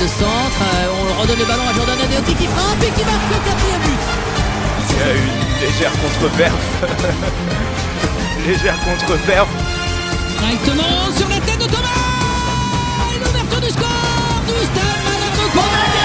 de centre. On redonne le ballon à Jordan Adeoti qui frappe et qui marque le 4e but. Il y a une légère contre-perf. Légère contre-perf. Directement sur la tête de Thomas. Et l'ouverture du score du Stade Malherbe.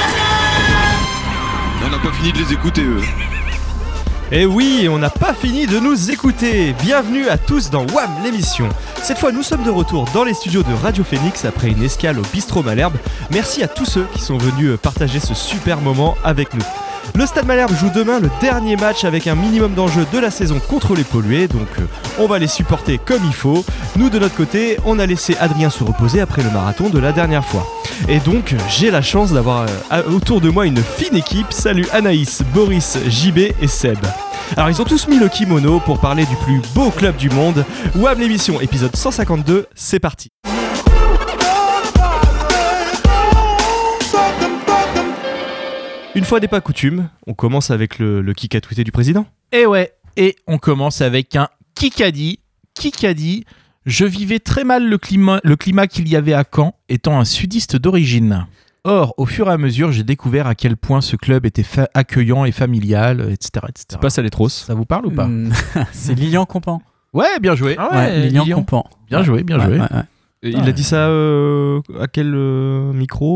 On n'a pas fini de les écouter, eux. Et oui, on n'a pas fini de nous écouter. Bienvenue à tous dans WAM l'émission. Cette fois, nous sommes de retour dans les studios de Radio Phoenix après une escale au Bistrot Malherbe. Merci à tous ceux qui sont venus partager ce super moment avec nous. Le Stade Malherbe joue demain le dernier match avec un minimum d'enjeux de la saison contre les pollués, donc on va les supporter comme il faut. Nous de notre côté, on a laissé Adrien se reposer après le marathon de la dernière fois. Et donc j'ai la chance d'avoir autour de moi une fine équipe. Salut Anaïs, Boris, JB et Seb. Alors ils ont tous mis le kimono pour parler du plus beau club du monde. WAM l'émission, épisode 152, c'est parti. Une fois n'est pas coutume, on commence avec le kick à tweeter du président. Et ouais, et on commence avec un Kikadi. Kikadi, je vivais très mal le climat qu'il y avait à Caen, étant un sudiste d'origine. Or, au fur et à mesure, j'ai découvert à quel point ce club était accueillant et familial, etc. C'est pas Salé-Tros. Ça vous parle ou pas ? C'est Lilian Compan. Ouais, bien joué. Ah ouais, Lilian Compan. Bien joué, bien joué. Ouais. Il a dit ça à quel micro ?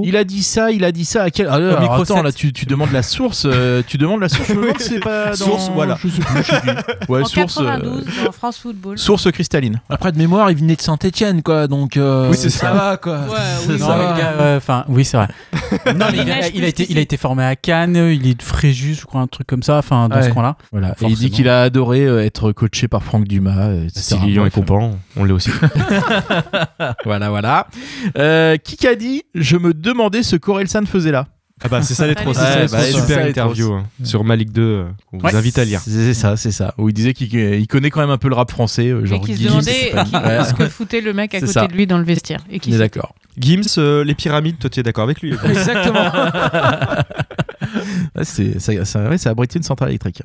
Il a dit ça à quel... Alors, micro attends, 7. là, tu demandes la source. Je me demande que c'est pas dans... Source, voilà. Je sais plus, ouais, en source, 92, dans France Football. source cristalline. Après, de mémoire, il venait de Saint-Etienne, quoi, donc Oui, c'est ça. va, quoi. Ouais, C'est oui, ça. Non, ouais. mais le gars, oui, c'est vrai. Non, mais il a été formé à Cannes, il est de Fréjus, je crois, un truc comme ça, enfin, dans ce coin-là. Voilà. Et il dit qu'il a adoré être coaché par Franck Dumas, etc. Si Lilian est Compan, on l'est aussi. Voilà. Qui a dit « Je me demandais ce qu'Orelsan faisait là ». Ah bah c'est Salé-Tros, Ouais, c'est une super interview sur Malik 2 qu'on vous invite à lire. C'est ça. Où il disait qu'il connaît quand même un peu le rap français, genre Et qui se Gims, demandait Ouais. ce que foutait le mec à C'est côté ça. de lui dans le vestiaire. Et qui On est d'accord. Gims, les pyramides, toi tu es d'accord avec lui ? Exactement. Ouais, ça abritait une centrale électrique.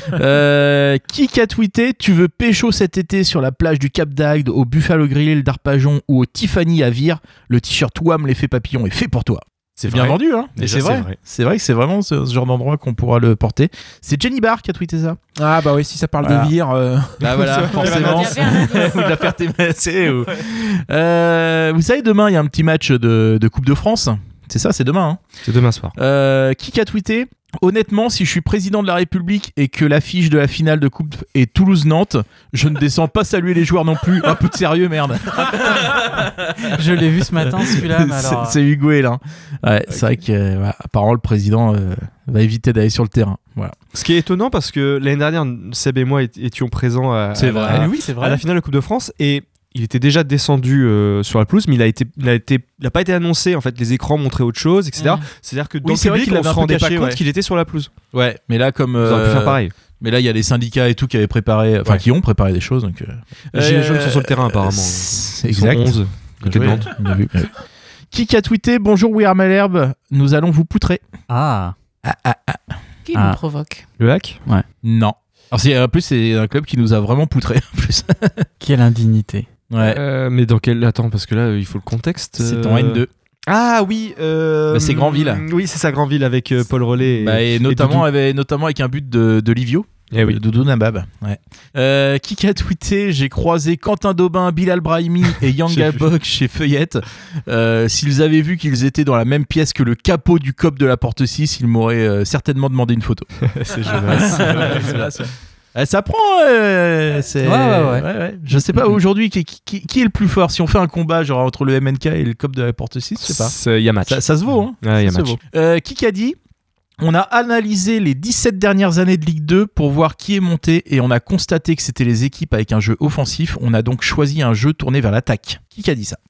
Qui a tweeté « Tu veux pécho cet été sur la plage du Cap d'Agde, au Buffalo Grill d'Arpajon ou au Tiffany à Vire, le t-shirt WAM l'effet papillon est fait pour toi ». C'est bien vrai. vendu, hein. Et Déjà, c'est vrai. C'est vrai que c'est vraiment ce genre d'endroit qu'on pourra le porter. C'est Jenny Barr qui a tweeté ça. Ah, bah oui, si ça parle Voilà. de vire. Ah voilà, forcément. Il y avait un indice. Ou de la Ferté-Massé. Vous savez, demain, il y a un petit match de Coupe de France. C'est ça, c'est demain. Hein. C'est demain soir. Qui a tweeté ? Honnêtement, si je suis président de la République et que l'affiche de la finale de Coupe est Toulouse-Nantes, je ne descends pas saluer les joueurs non plus. Un peu de sérieux, merde. Je l'ai vu ce matin, celui-là, mais alors... C'est Hugo là. Ouais, c'est vrai que apparemment le président va éviter d'aller sur le terrain. Voilà. Ce qui est étonnant parce que l'année dernière, Seb et moi étions présents à oui, c'est à vrai. la finale de Coupe de France et il était déjà descendu sur la pelouse, mais il a pas été annoncé. En fait, les écrans montraient autre chose, etc. C'est-à-dire que dans c'est le vrai public, qu'il on l'avait se un peu rendait caché, pas compte ouais. qu'il était sur la pelouse. Ouais, mais là comme Ils auraient pu faire pareil. mais là il y a les syndicats et tout qui avaient préparé, enfin Ouais. qui ont préparé des choses. Donc Les gilets jaunes sont sur le terrain apparemment. C'est Ils sont exact. 11 côté de Bien Nantes. joué. Bien vu. Qui a tweeté « Bonjour We Are Malherbe, nous allons vous poutrer Ah, Qui Ah. nous provoque ? Le hack ? » Non. Alors en plus c'est un club qui nous a vraiment poutré en plus. quelle indignité. Ouais. Mais dans quel... Attends, parce que là, il faut le contexte. C'est en N2. Ah oui c'est Granville. Oui, c'est ça, Granville avec Paul Relais Et notamment avec un but de Livio. Eh oui. De Doudou Nabab. Ouais. Qui a tweeté « J'ai croisé Quentin Daubin, Bilal Brahimi et Yanga Bok chez Feuillette. S'ils avaient vu qu'ils étaient dans la même pièce que le capot du COP de la Porte 6, ils m'auraient certainement demandé une photo. » C'est génial. Ça prend. Ouais. Je sais pas aujourd'hui qui est le plus fort. Si on fait un combat genre entre le MNK et le COP de la Porte 6, je sais pas. Il y a match. Ça se vaut, hein. Ouais, il y a Ça se match. vaut. Qui a dit on a analysé les 17 dernières années de Ligue 2 pour voir qui est monté et on a constaté que c'était les équipes avec un jeu offensif. On a donc choisi un jeu tourné vers l'attaque. Qui a dit ça?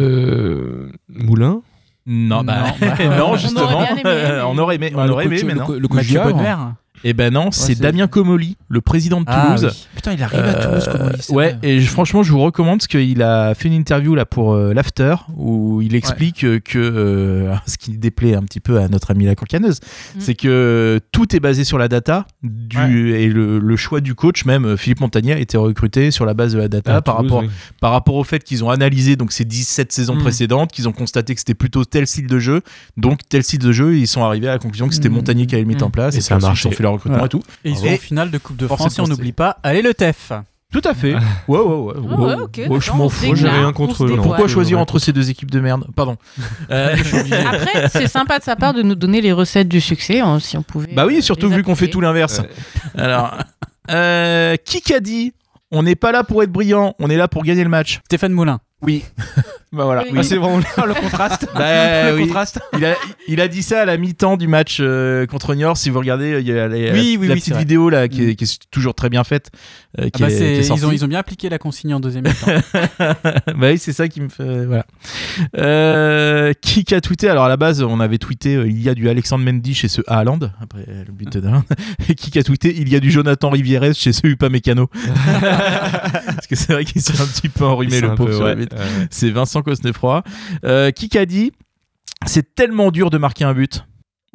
Moulin? Non, Non, non, justement. On aurait bien aimé, mais- on aurait aimé, mais non. Le coach Mathieu du Havre. Bonnemer. Eh ben non, c'est c'est- Damien Comolli, le président de Ah, Toulouse. oui. Putain, il arrive à Toulouse, comment il s'appelle. Ouais, et franchement, je vous recommande parce qu'il a fait une interview là pour l'After où il explique que ce qui déplaît un petit peu à notre ami la cancaneuse, c'est que tout est basé sur la data et le choix du coach, même Philippe Montagnier, a été recruté sur la base de la data par rapport au fait qu'ils ont analysé donc ces 17 saisons précédentes, qu'ils ont constaté que c'était plutôt tel style de jeu, donc tel style de jeu, ils sont arrivés à la conclusion que c'était Montagnier qui avait mis en place Et ça a puis ensuite, marché. ils ont fait leur recrutement Voilà. et tout. Et ils sont en finale de Coupe de Force France est et on de n'oublie pas, allez le TEF. Tout à fait. Ouais. Ah ouais, ok, Ouais, je d'accord, m'en on fous, se j'ai déclare, rien on contre se eux, non. dévoile. Pourquoi choisir ouais, entre ces deux équipes de merde? Pardon. Après, c'est sympa de sa part de nous donner les recettes du succès, si on pouvait. Bah oui, surtout les vu qu'on fait appliquer. tout l'inverse. Alors, qui a dit on n'est pas là pour être brillant, on est là pour gagner le match? Stéphane Moulin. Oui. Bah voilà. Oui. Oui. C'est vraiment le contraste. Bah, Le oui. contraste. Il a dit ça à la mi-temps du match contre Niort. Si vous regardez, il y a la Oui, petite c'est vrai. vidéo là qui est toujours très bien faite. Qui est sortie. Ils ont bien appliqué la consigne en deuxième mi-temps. Bah oui, c'est ça qui me fait. Voilà. Qui a tweeté? Alors à la base, on avait tweeté il y a du Alexandre Mendy chez ce Haaland, après le but d'un. Et qui a tweeté il y a du Jonathan Rivieres chez ce Upamecano. Parce que c'est vrai qu'il s'est un petit peu enrhumé le pauvre sur la bite. C'est Vincent Cosnefroy. Qui a dit c'est tellement dur de marquer un but.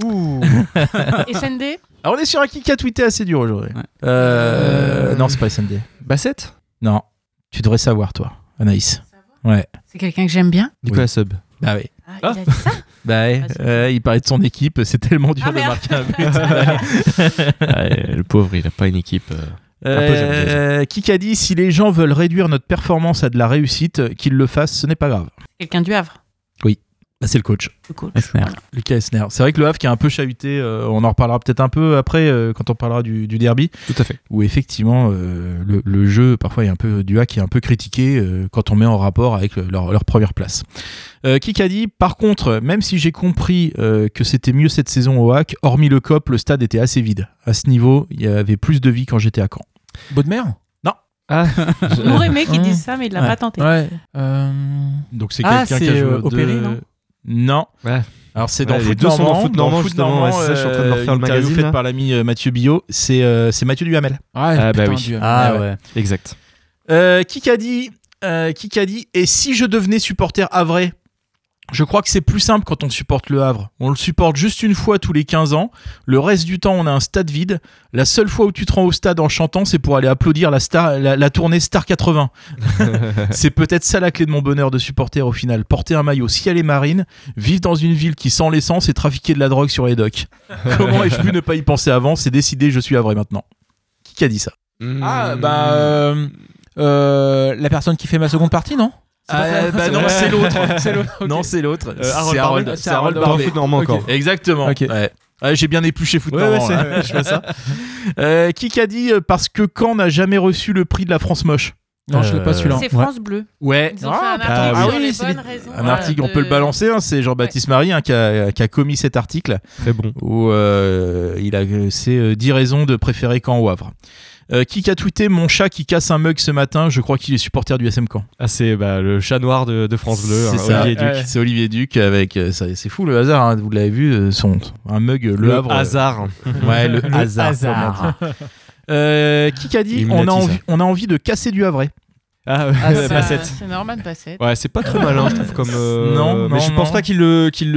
SND. Alors on est sur un qui a tweeté assez dur aujourd'hui. Non, c'est pas SND. Bassett Non, tu devrais savoir toi, Anaïs. Ouais. C'est quelqu'un que j'aime bien. Nicolas Sub. Bah oui. Ah, il a dit ça. Bah ouais, il parlait de son équipe, c'est tellement dur Ah, de merde. marquer un but. Le pauvre, il a pas une équipe. Un peu japonaise. Qui a dit si les gens veulent réduire notre performance à de la réussite, qu'ils le fassent, ce n'est pas grave. Quelqu'un du Havre. Bah, c'est le coach, C'est cool. Lucas Esner. C'est vrai que le Havre qui a un peu chahuté, on en reparlera peut-être un peu après quand on parlera du derby, Tout à fait. où effectivement le jeu parfois est un peu du hack est un peu critiqué quand on met en rapport avec leur première place. Qui a dit par contre, même si j'ai compris que c'était mieux cette saison au hack, hormis le COP, le stade était assez vide. À ce niveau, il y avait plus de vie quand j'étais à Caen. Baudemer. On aurait aimé qu'il dise ça, mais il l'a pas tenté. Ouais. Donc c'est Ah, quelqu'un qui c'est, a joué Opéré, non Non. Ouais. Alors c'est dans Ouais, les Foot deux sont dans Normand. Foot Normand, justement, ouais, c'est ça, je suis en train de me refaire le une interview magazine, faite là. par l'ami Mathieu Billot. C'est Mathieu Duhamel. Ah, bah oui. Dieu. Ah Ouais. ouais. Exact. Qui a dit et si je devenais supporter havrais? Je crois que c'est plus simple quand on supporte le Havre. On le supporte juste une fois tous les 15 ans. Le reste du temps, on a un stade vide. La seule fois où tu te rends au stade en chantant, c'est pour aller applaudir la tournée Star 80. C'est peut-être ça la clé de mon bonheur de supporter au final. Porter un maillot ciel et marine, vivre dans une ville qui sent l'essence et trafiquer de la drogue sur les docks. Comment ai-je pu ne pas y penser avant? C'est décidé, je suis havrais maintenant. Qui a dit ça? Ah, bah. La personne qui fait ma seconde partie, non? Bah non, c'est l'autre. Non, c'est l'autre. C'est Harold. C'est Harold Dans Barbet. Foot Normand encore. Exactement. Ok. Ouais. Ouais, j'ai bien épluché Foot Normand, là. je fais ça. Qui a dit parce que Caen n'a jamais reçu le prix de la France moche? Non, je l'ai pas celui-là. C'est France Bleu. Ouais. Ils ont fait un bah article sur oui, les c'est bonnes raisons. Un article, on peut le balancer, hein, c'est Jean-Baptiste Marie qui a commis cet article Très bon. où il a c'est 10 raisons de préférer Caen au Havre. Qui a tweeté mon chat qui casse un mug ce matin? Je crois qu'il est supporter du SM Caen. Ah, c'est le chat noir de France Bleu, C'est hein, ça. Olivier Duc. C'est Olivier Duc avec c'est fou le hasard, hein, vous l'avez vu, un mug Le Havre. hasard. Ouais, le hasard. hasard. Qui a dit Illuminati, ça. on a envie de casser du Havrais? Ah, Ah, ouais, Bassett. c'est Norman Bassett. Ouais, c'est pas trop malin, je trouve, comme. Non, mais je non, pense non. pas qu'il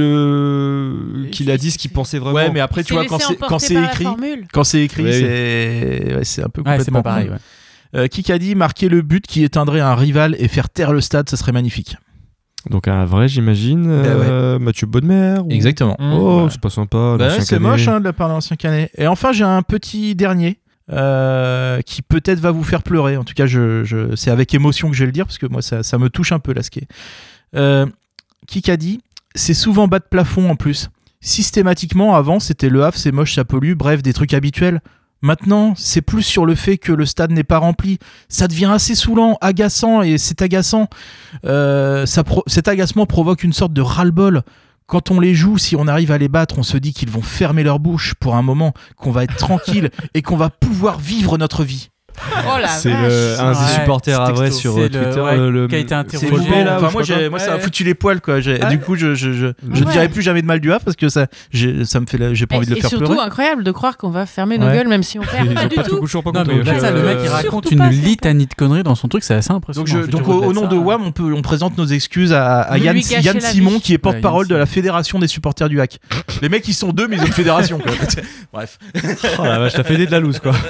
a dit ce qu'il pensait vraiment. Ouais, mais après tu vois quand c'est écrit, Oui, c'est un peu Ouais, c'est complètement pas pareil. con. Ouais. Qui a dit marquer le but qui éteindrait un rival et faire taire le stade, ça serait magnifique. Donc un vrai, j'imagine. Mathieu Baudemer. Ou... Exactement. Oh, c'est pas sympa. Bah, l'ancien c'est Canet. moche, hein, de la part de l'ancien Canet. Et enfin, j'ai un petit dernier qui peut-être va vous faire pleurer. En tout cas, c'est avec émotion que je vais le dire parce que moi, ça me touche un peu là, ce qui est. Qui a dit c'est souvent bas de plafond en plus. Systématiquement, avant, c'était le Havre, c'est moche, ça pollue, bref, des trucs habituels. Maintenant, c'est plus sur le fait que le stade n'est pas rempli. Ça devient assez saoulant, agaçant, et c'est agaçant. Cet agacement provoque une sorte de ras-le-bol. Quand on les joue, si on arrive à les battre, on se dit qu'ils vont fermer leur bouche pour un moment, qu'on va être tranquille et qu'on va pouvoir vivre notre vie. Oh la C'est vache. un des Ouais, supporters à vrai texto. sur C'est Twitter. qui a été C'est interrogé. le là, enfin, ou je sais pas moi, quoi. ça a foutu les poils, quoi. Du coup, je Ouais. dirai plus jamais de mal du Havre parce que ça me fait, j'ai pas envie de le faire surtout pleurer. incroyable de croire qu'on va fermer nos Ouais. gueules même si on perd. Pas du tout. toujours pas Non, content. mais au-delà de ça, le mec il raconte Surtout une pas, litanie de conneries dans son truc, c'est assez impressionnant. Donc au nom de WAM, on présente nos excuses à Lui Yann gâcher Yann la Simon vie. qui est porte-parole Ouais, de Yann la fédération des supporters du hack. Les mecs ils sont deux mais ils ont une fédération quoi. Bref. Oh la vache, t'as fait des de la loose quoi.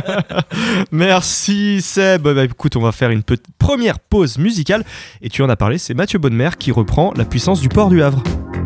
Merci Seb. Bah, écoute, on va faire une première pause musicale. Et tu en as parlé, c'est Mathieu Bonnemer qui reprend La puissance du port du Havre.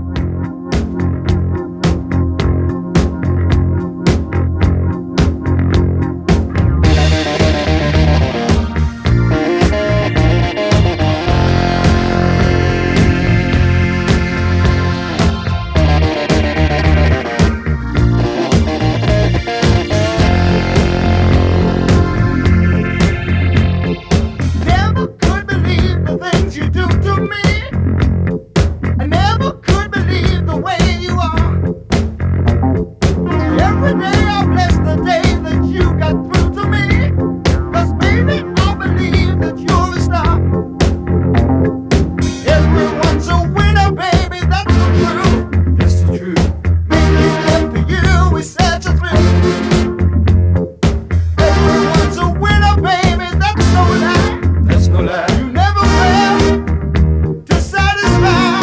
Never could believe the things you do to me. I never could believe the way you are. Every day I bless the day that you got through to me. 'Cause baby, I believe that you're a star. Everyone's a winner, baby, that's the truth. That's the truth. Making love to you is such a thrill. Everyone's a winner, baby, that's no lie. That's no lie. You never fail to satisfy.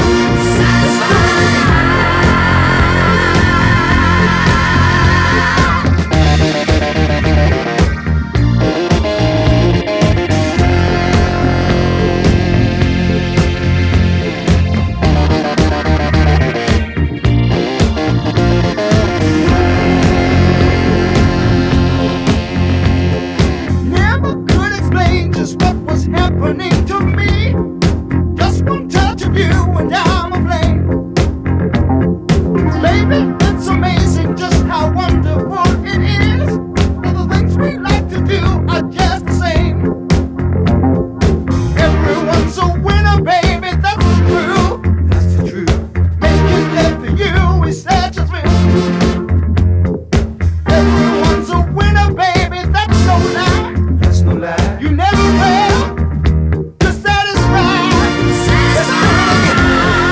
Never could explain just what was happening to me. Just one touch of you and I'm aflame. Baby, it's amazing just how wonderful it is. All the things we like to do are just the same. Everyone's a winner, baby, that's the truth. That's the truth. Making love to you is such a thrill. Everyone's a winner, baby, that's no lie. That's no lie. You never fail to satisfy.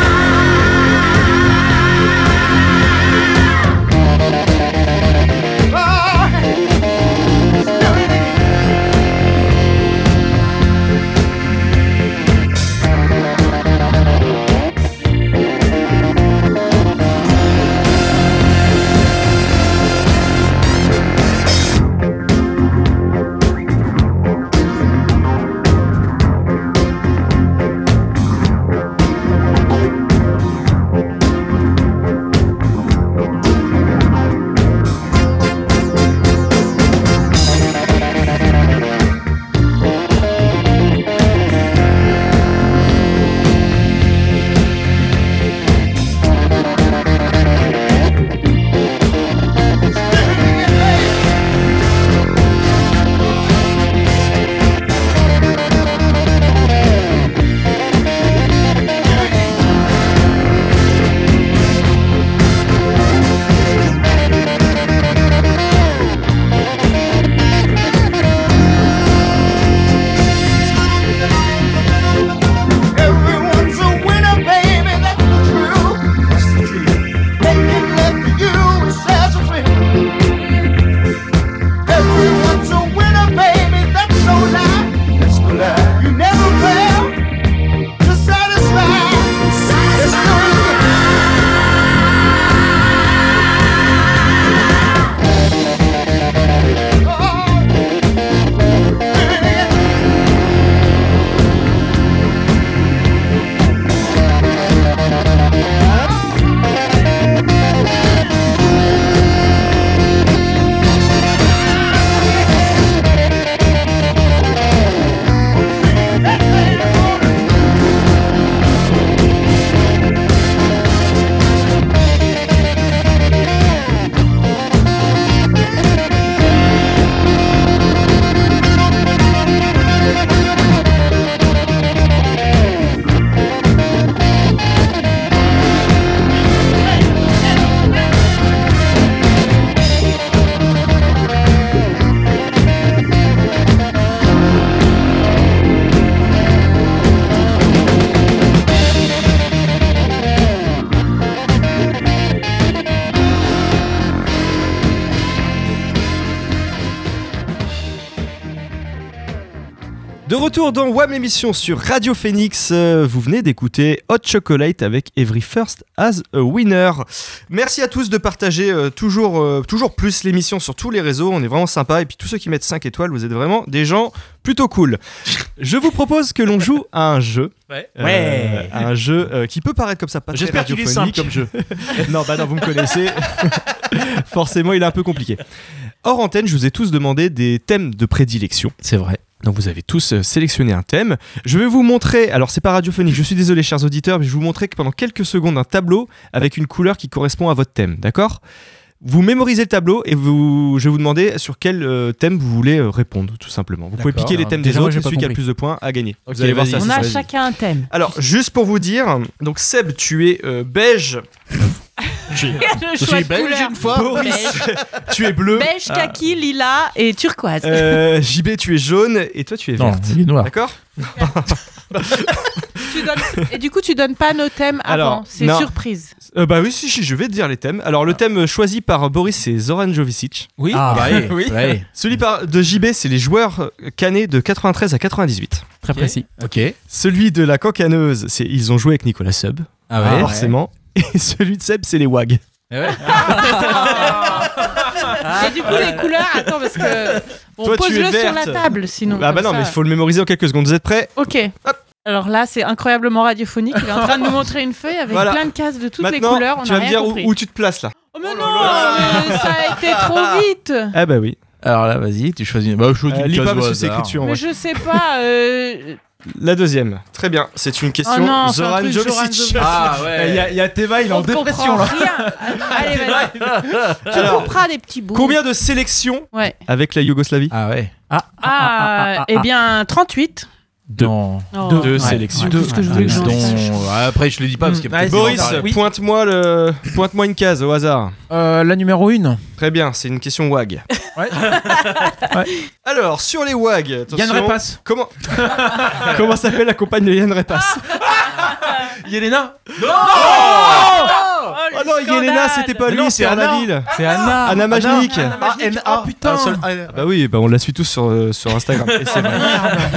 retour dans WAM l'émission sur Radio Phoenix. Vous venez d'écouter Hot Chocolate avec Every First as a Winner. Merci à tous de partager toujours plus l'émission sur tous les réseaux. On est vraiment sympa. Et puis tous ceux qui mettent 5 étoiles, vous êtes vraiment des gens plutôt cool. Je vous propose que l'on joue à un jeu. À un jeu qui peut paraître comme ça pas très J'espère qu'il est radiophonique. simple comme jeu. Non, vous me connaissez. Forcément, il est un peu compliqué. Hors antenne, je vous ai tous demandé des thèmes de prédilection. C'est vrai. Donc vous avez tous sélectionné un thème. Je vais vous montrer, alors c'est pas radiophonique, je suis désolé chers auditeurs, mais je vais vous montrer que pendant quelques secondes un tableau avec une couleur qui correspond à votre thème, d'accord ? Vous mémorisez le tableau et je vais vous demander sur quel thème vous voulez répondre, tout simplement. Vous pouvez piquer les thèmes des Déjà, moi, autres j'ai et pas celui qui a le compris. plus de points a gagné. Ok, Vous allez voir vas-y. ça. On c'est a ça. chacun un thème. Alors juste pour vous dire, donc Seb, tu es beige. Le Je choix suis de belge couleur. une fois. Boris, tu es bleu. Beige, kaki, lilas et turquoise. JB, tu es jaune et toi tu es Non, verte. il est noir. D'accord ? Et du coup, tu donnes pas nos thèmes Alors, avant. C'est non. surprise. Bah oui, si, je vais te dire les thèmes. Alors le thème choisi par Boris, c'est Zoran Jovicic. Oui. Ah, Oui. Ouais. Celui de JB, c'est les joueurs canés de 93 à 98. très précis. Ok. Celui de la cancaneuse, c'est ils ont joué avec Nicolas Sub, Ah ouais. forcément. Et celui de Seb, c'est les WAG. Ouais. Et du coup, les couleurs, attends, parce que. On Toi, tu pose-le es sur la verte. table, sinon. Ah bah comme non, mais il ça. faut le mémoriser en quelques secondes. Vous êtes prêts ? Ok. Alors là, c'est incroyablement radiophonique. Il est en train de nous montrer une feuille avec Voilà. plein de cases de toutes les Maintenant, couleurs. On tu n'a vas me rien dire compris. où tu te places là. Oh mais non, mais ça a été trop vite. Ah bah oui. Alors là, vas-y, tu choisis. Bah, je choisis une Lis case pas au parce que c'est hasard. écrit dessus en Mais vrai. je sais pas. La deuxième. Très bien. C'est une question Oh non, c'est un Zoran truc Zoran Jovicic. Jovicic. Ah Il ouais. y a Théma, il est On en dépression comprend là. rien. Allez, vas-y. Tu Alors, couperas des petits bouts. combien de sélections Ouais. avec la Yougoslavie ? Ah ouais. Eh bien, 38. Non. Oh. Deux Ouais, sélections. ouais. Tout ce que je voulais que j'en dise. Après, je le dis pas parce qu'il y a peut-être Vas-y, des Boris, gens- Oui. pointe-moi une case au hasard. La numéro 1. Très bien, c'est une question WAG. Ouais. Alors, sur les WAG, attention, Yann Repass. Comment comment s'appelle la compagne de Yann Repass? Yelena. Oh non, Yelena, c'était pas Mais lui, non, c'est c'est Anna. Anna. C'est Anna. Anna Majnik. Ah putain. Bah oui, bah on la suit tous sur Instagram. Et c'est vrai.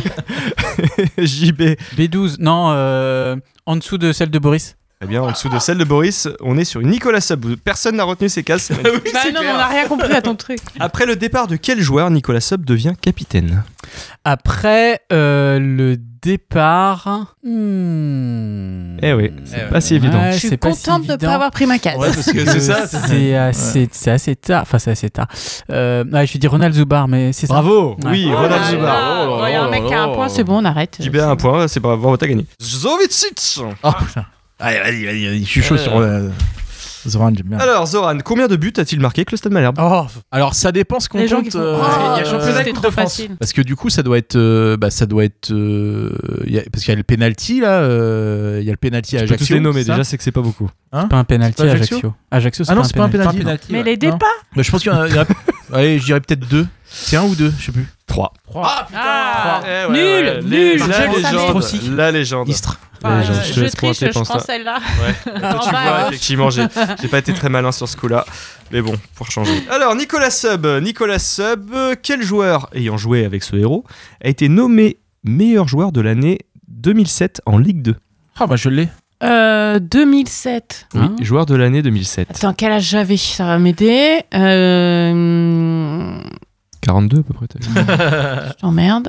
JB. B12. Non, en dessous de celle de Boris. Eh bien, en dessous de celle de Boris, on est sur une Nicolas Sub. Personne n'a retenu ses cases. c'est magnifique. Bah non, mais on n'a rien compris à ton truc. Après le départ de quel joueur Nicolas Sub devient capitaine? Après le départ. Eh oui, c'est pas si évident. Ouais, Je suis c'est pas si contente de ne évident. pas avoir pris ma case. Ouais, parce que c'est ça. C'est assez tard. Enfin, c'est assez tard. Ouais, je vais dire Ronald Zubar, mais c'est ça. Bravo. Ouais. Oui, Oh Ronald là Zubar. là. Oh là Il y a un là mec qui a un là. point, c'est bon, on arrête. JB a un point, c'est pas bravo, t'as gagné. Jovicic. Oh putain. Allez, vas-y. Je suis chaud sur Zoran, j'aime bien. Alors Zoran, combien de buts a-t-il marqué avec le Stade Malherbe? Oh, alors ça dépend ce qu'on Les gens compte. qui font. il y a championnat c'était Coupe trop de France. facile. Parce que du coup, ça doit être, parce qu'il y a le penalty là, il y a le penalty à Je peux Ajaccio. tous les nommer, c'est ça déjà c'est que c'est pas beaucoup. C'est pas un penalty C'est pas à Ajaccio Ajaccio. Ajaccio, Ah non, c'est pas un penalty. Mais les départs. Bah, je pense qu'il y en a. Allez, je dirais peut-être 2. C'est 1 ou 2, je sais plus. 3. Ah, nul. La Je le légende. savais. La légende. Istres. Les gens, Je te laisse triche, pointer je pour prends l'instant. celle-là. Ouais. En Tu bas à vois, gauche. effectivement, j'ai pas été très malin sur ce coup-là. Mais bon, pour changer. Alors, Nicolas Sub, quel joueur ayant joué avec ce héros a été nommé meilleur joueur de l'année 2007 en Ligue 2? Ah bah je l'ai. 2007. Oui, joueur de l'année 2007. Attends, quel âge j'avais? Ça va m'aider. 42 à peu près. Je t'emmerde.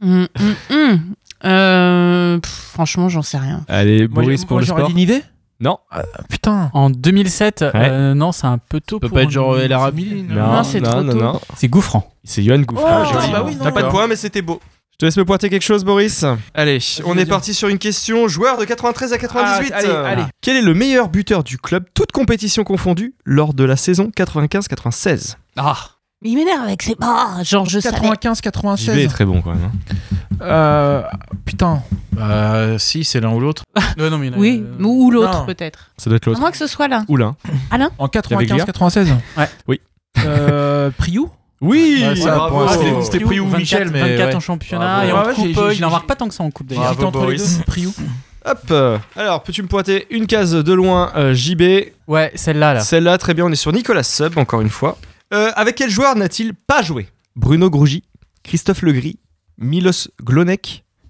Franchement, j'en sais rien. Allez, Moi, Boris pour le j'aurais sport. dit une idée. Non. Putain. En 2007, Ouais. non, c'est un peu tôt. Ça peut pour pas être genre un- El Arabi. Non, c'est trop tôt. non. C'est Gouffran. C'est Johan Gouffran. Oh, Joli. bah oui, non, T'as pas de d'accord. point, mais c'était beau. Je te laisse me pointer quelque chose, Boris. Allez, on est parti sur une question. Joueur de 93 à 98. allez. Quel est le meilleur buteur du club, toute compétition confondue, lors de la saison 95-96? Mais il m'énerve avec ses bras. Genre, je savais. 95, JB est 96. très bon quand même. Putain. Si, c'est l'un ou l'autre. Ouais, non, mais il y en a- Oui, ou l'autre non. peut-être. Ça doit être À l'autre. moins que ce soit l'un. Ou l'un. En Régulière. 95, 96. Ouais. Oui. Priou. Oui, Ouais, ça, bravo. pour moi, c'était Priou ou 24, Michel, mais 24 ouais. en championnat Bravo. et en Ouais, ouais, coupe, j'ai- il en marque pas tant que ça en coupe d'ailleurs. Bravo, J'étais entre les Boris. deux. Priou. Hop. Alors, peux-tu me pointer une case de loin, JB? Ouais, celle-là là. Celle-là, très bien, on est sur Nicolas Sub, encore une fois. Avec quel joueur n'a-t-il pas joué? Bruno Grougy, Christophe Legris, Milos Glonek,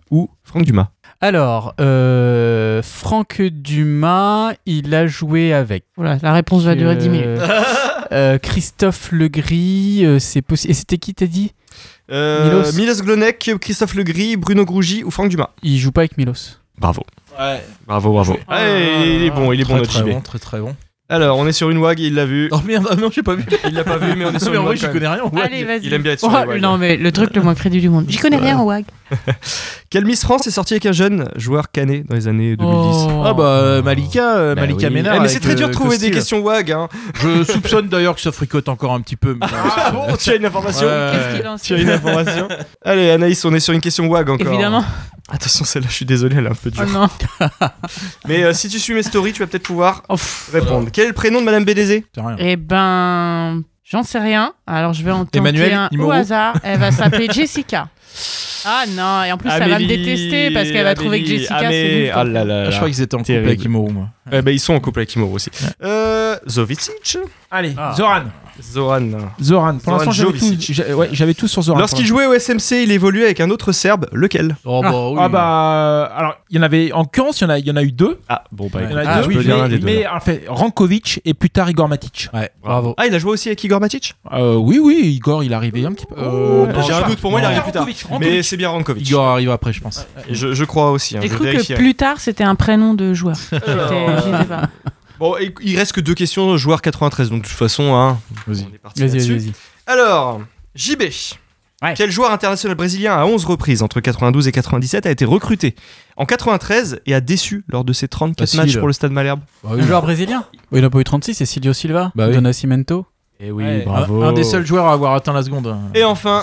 ou Franck Dumas? Alors, Franck Dumas, il a joué avec Voilà, la réponse va durer 10 minutes. Christophe Legris, c'est possible. Et c'était qui t'as dit? Milos Glonek, Christophe Legris, Bruno Grougy ou Franck Dumas? Il joue pas avec Milos. Bravo. Ouais. Bravo. Il est bon, notre très JB. bon, très bon. Alors, on est sur une WAG, il l'a vu. Oh merde, non, j'ai pas vu. Il l'a pas vu, mais on est sur Mais une en vrai, WAG. j'y connais rien. Ouais. Allez, vas-y. Il aime bien être sur Oh, les WAG. non, mais le truc le moins crédible du monde. J'y connais rien en WAG. Quelle Miss France est sortie avec un jeune joueur canet dans les années 2010? Ah bah Malika oui. Ménard. Eh, mais c'est avec, très dur de trouver Costil. des questions WAG. Hein. Je soupçonne d'ailleurs que ça fricote encore un petit peu. Mais... Ah bon, tu as une information? Qu'est-ce qu'il en Tu as sait? une information? Allez, Anaïs, on est sur une question WAG encore. Évidemment. Attention, celle-là, je suis désolé, elle est un peu dure. Oh non. Mais si tu suis mes stories, tu vas peut-être pouvoir Oh, pff. répondre. Quel est le prénom de Madame BDZ? C'est rien. Eh ben, j'en sais rien. Alors je vais en tenter Emmanuel un au Imoro. hasard. Elle va s'appeler Jessica. Ah non, et en plus elle va me détester parce qu'elle va trouver que Jessica c'est nul. Ah là là Je crois qu'ils étaient en couple Terrible. avec Imoro, moi. Ils sont en couple avec Imoro aussi. Zovicic? Allez, Ah. Zoran. Zoran. Pour l'instant, Jovicic. j'avais tout sur Zoran. Lorsqu'il jouait au SMC, il évoluait avec un autre Serbe. Lequel? Oh bah oui. Ah bah alors il y en avait en l'occurrence il y en a eu deux. Ah, bon, bah, Il y en a Ah, deux, oui, je peux dire l'un des deux. mais en fait Rankovic et plus tard Igor Matic. Ouais, bravo. Ah, il a joué aussi avec Igor Matic? Oui, Igor il est arrivé un petit peu. J'ai un doute, pour moi, il arrive plus tard. Rankovic. Mais c'est bien Rankovic. Igor arrive après, je pense. Et je crois aussi. Hein, J'ai je cru que vérifierai. plus tard c'était un prénom de joueur. Je sais pas. Bon, et il reste que 2 questions, joueur 93. Donc, de toute façon, hein, Vas-y. on est parti Vas-y, là-dessus. vas-y. Alors, JB. Ouais. Quel joueur international brésilien à 11 reprises entre 92 et 97 a été recruté en 93 et a déçu lors de ses 34 Facile. matchs pour le Stade Malherbe? Le joueur brésilien? Oui, il n'a pas eu 36, c'est Silvio Silva, Bah oui. Dona Cimento. Eh oui, Ouais, bravo. un des seuls joueurs à avoir atteint la seconde. Et enfin,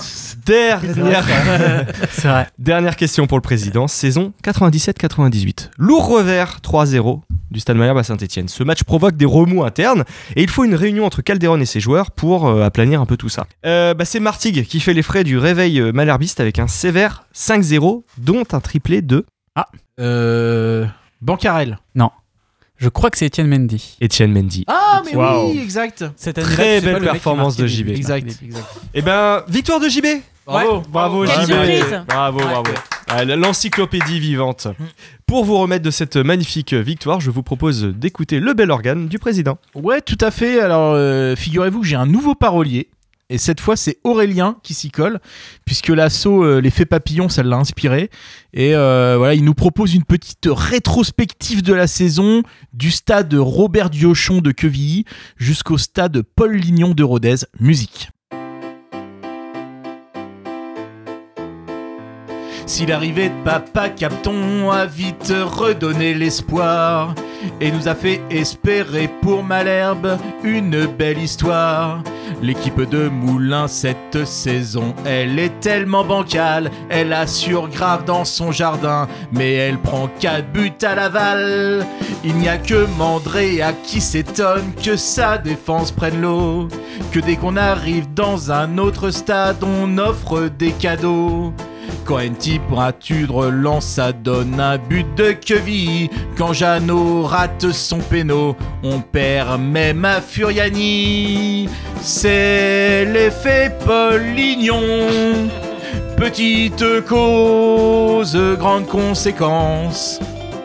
C'est vrai. dernière question pour le président. Saison 97-98. Lourd revers 3-0 du Stade Malherbe à Saint-Etienne. Ce match provoque des remous internes et il faut une réunion entre Calderon et ses joueurs pour aplanir un peu tout ça. C'est Martigues qui fait les frais du réveil malherbiste avec un sévère 5-0, dont un triplé de Bancarel. Je crois que c'est Étienne Mendy. Etienne Mendy. Ah mais Waouh. oui, exact. Cette Très année-là, c'est belle pas le mec qui performance marquait de des buts. JB. Exact. Eh ben, victoire de JB. Bravo Quelle JB. surprise. Bravo. L'encyclopédie vivante. Pour vous remettre de cette magnifique victoire, je vous propose d'écouter le bel organe du président. Ouais, tout à fait. Alors, figurez-vous que j'ai un nouveau parolier. Et cette fois, c'est Aurélien qui s'y colle, puisque l'assaut L'Effet Papillon, ça l'a inspiré. Et voilà, il nous propose une petite rétrospective de la saison, du stade Robert Diochon de Quevilly jusqu'au stade Paul Lignon de Rodez. Musique. Si l'arrivée de Papa Capton a vite redonné l'espoir et nous a fait espérer pour Malherbe une belle histoire. L'équipe de Moulins cette saison, elle est tellement bancale, elle assure grave dans son jardin, mais elle prend 4 buts à Laval. Il n'y a que Mandrea qui s'étonne que sa défense prenne l'eau, que dès qu'on arrive dans un autre stade, on offre des cadeaux. Quand NT pour un tube de relance, ça donne un but de Quevilly. Quand Jeannot rate son péno, on perd même à Furiani. C'est l'effet Paul Lignon. Petite cause, grande conséquence.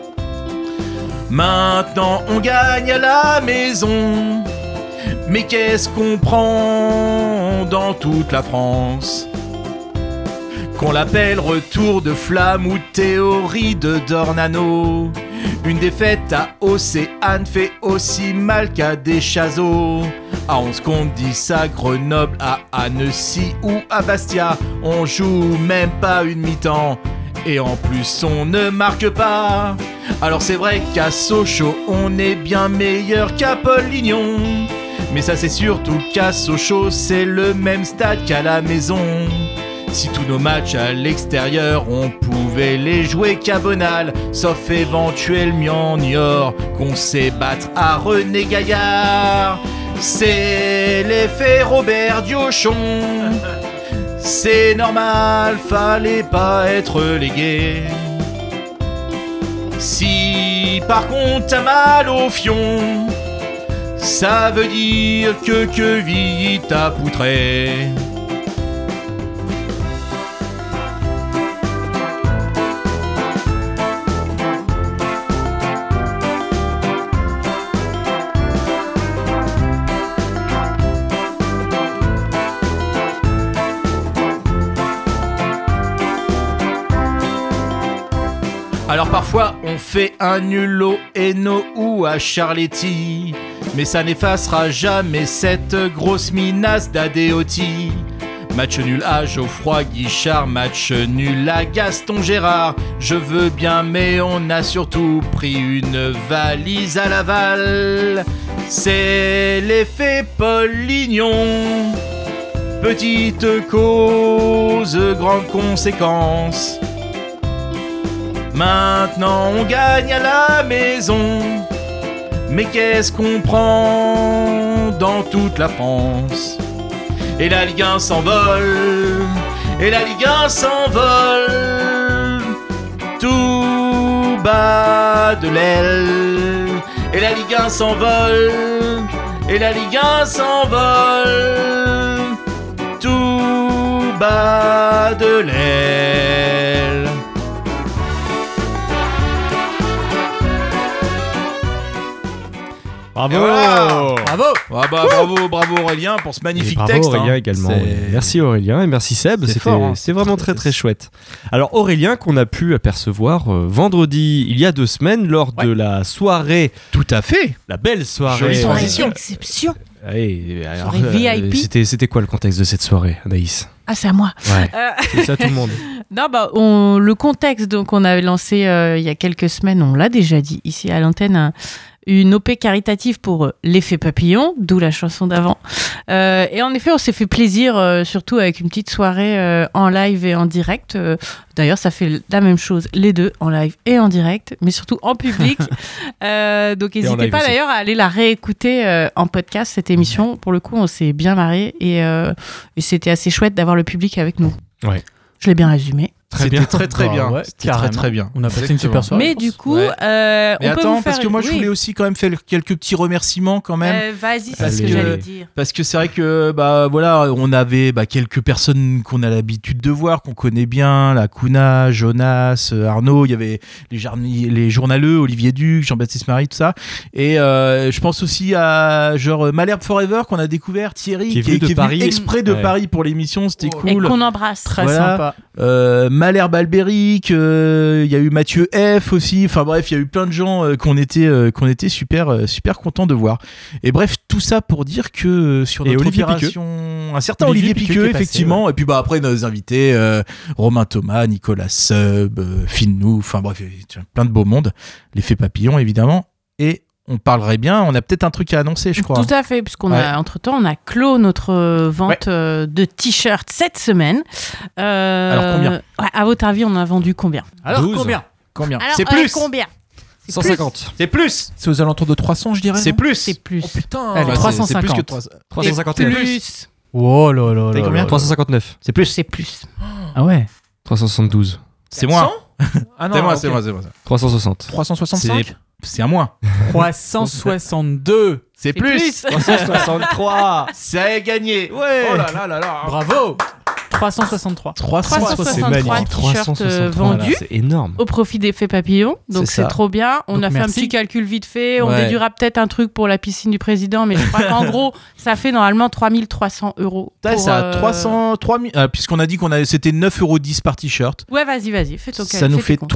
Maintenant on gagne à la maison. Mais qu'est-ce qu'on prend dans toute la France? Qu'on l'appelle retour de flamme ou théorie de Dornano. Une défaite à Océane fait aussi mal qu'à des Chazeaux. À 11 contre 10 à Grenoble, à Annecy ou à Bastia, on joue même pas une mi-temps. Et en plus on ne marque pas. Alors c'est vrai qu'à Sochaux on est bien meilleur qu'à Paul Lignon. Mais ça c'est surtout qu'à Sochaux c'est le même stade qu'à la maison. Si tous nos matchs à l'extérieur, on pouvait les jouer qu'à Bonal, sauf éventuel Mian-Niort, qu'on sait battre à René Gaillard. C'est l'effet Robert Diochon. C'est normal, fallait pas être légué. Si par contre t'as mal au fion, ça veut dire que Quevilly t'a poutré. Alors parfois on fait un nul au Hainaut ou à Charletti, mais ça n'effacera jamais cette grosse minace d'Adéotti. Match nul à Geoffroy Guichard, match nul à Gaston Gérard. Je veux bien, mais on a surtout pris une valise à Laval. C'est l'effet Paul Lignon. Petite cause, grande conséquence. Maintenant on gagne à la maison. Mais qu'est-ce qu'on prend dans toute la France? Et la Ligue 1 s'envole, et la Ligue 1 s'envole, tout bas de l'aile. Et la Ligue 1 s'envole, et la Ligue 1 s'envole, tout bas de l'aile. Bravo, voilà. Bravo. Ah bah, bravo Aurélien pour ce magnifique bravo texte. Aurélien également. Merci Aurélien et merci Seb. C'est fort, hein. C'était vraiment très chouette. Alors Aurélien qu'on a pu apercevoir vendredi il y a 2 semaines lors de la soirée. Tout à fait. La belle soirée. Jolie transition. Exception. Alors, Soirée VIP. C'était quoi le contexte de cette soirée, Anaïs? Ah, c'est à moi. Ouais. C'est ça tout le monde. Non, bah, le contexte donc on avait lancé il y a quelques semaines, on l'a déjà dit ici à l'antenne, une OP caritative pour l'effet papillon, d'où la chanson d'avant. Et en effet, on s'est fait plaisir, surtout avec une petite soirée en live et en direct. D'ailleurs, ça fait la même chose, les deux, en live et en direct, mais surtout en public. Donc, n'hésitez pas aussi. d'ailleurs à aller la réécouter en podcast, cette émission. Pour le coup, on s'est bien marré et c'était assez chouette d'avoir le public avec nous. Ouais. Je l'ai bien résumé. C'était très bien. Ouais, C'était très bien. On a passé une super soirée. Mais du coup, Ouais. on Mais peut attends, vous faire... parce que moi je voulais aussi quand même faire quelques petits remerciements quand même. Vas-y, c'est Parce ce que que- j'allais dire. Parce que c'est vrai que voilà, on avait quelques personnes qu'on a l'habitude de voir, qu'on connaît bien, la Kuna, Jonas, Arnaud, il y avait les journaleux, Olivier Duc, Jean-Baptiste Marie, tout ça. Et je pense aussi à genre Malherbe Forever qu'on a découvert, Thierry Qui est venu de Paris. exprès de Ouais. Paris pour l'émission, c'était Et cool. qu'on embrasse. Très Voilà. sympa. Malherbe Albéric, il y a eu Mathieu F aussi, enfin bref, il y a eu plein de gens qu'on était super contents de voir. Et bref, tout ça pour dire que sur Et notre Olivier opération, un certain Olivier Olivier Piqueux Piqueux, qui est passé, effectivement, et puis après nos invités, Romain Thomas, Nicolas Seub, Finnou, enfin bref, plein de beau monde, l'effet papillon évidemment, et on parlerait bien, on a peut-être un truc à annoncer, je crois. Tout à fait, puisqu'on Ouais. a, entre-temps, on a clos notre vente de t-shirts cette semaine. Alors, combien Ouais, à votre avis, on en a vendu combien? Alors 12. combien? Combien? Alors, C'est plus. combien? 150. C'est plus. C'est aux alentours de 300, je dirais. C'est non plus. C'est plus. Putain. Enfin, Allez, c'est 350. plus que 300. 359. Plus. Oh là là T'as là. combien là. 359. C'est plus. C'est plus. Ah ouais. 372. C'est moins. Ah non. C'est moi, ok. c'est moi. 360. 365. C'est un moins. 362. C'est plus. 363. C'est gagné. Ouais. Oh là là là là. Bravo. 363. 363 C'est magnifique. t-shirts 363. vendus C'est énorme. au profit d'effet papillon. Donc C'est ça. c'est trop bien. On Donc, a fait merci. un petit calcul vite fait. On Ouais. déduira peut-être un truc pour la piscine du président, mais je crois qu'en gros, ça fait normalement 3300 euros. Putain, pour, c'est à 300, 3000, puisqu'on a dit c'était 9,10€ par t-shirt. Ouais, vas-y, fais ton Ça nous fais fait tes comptes.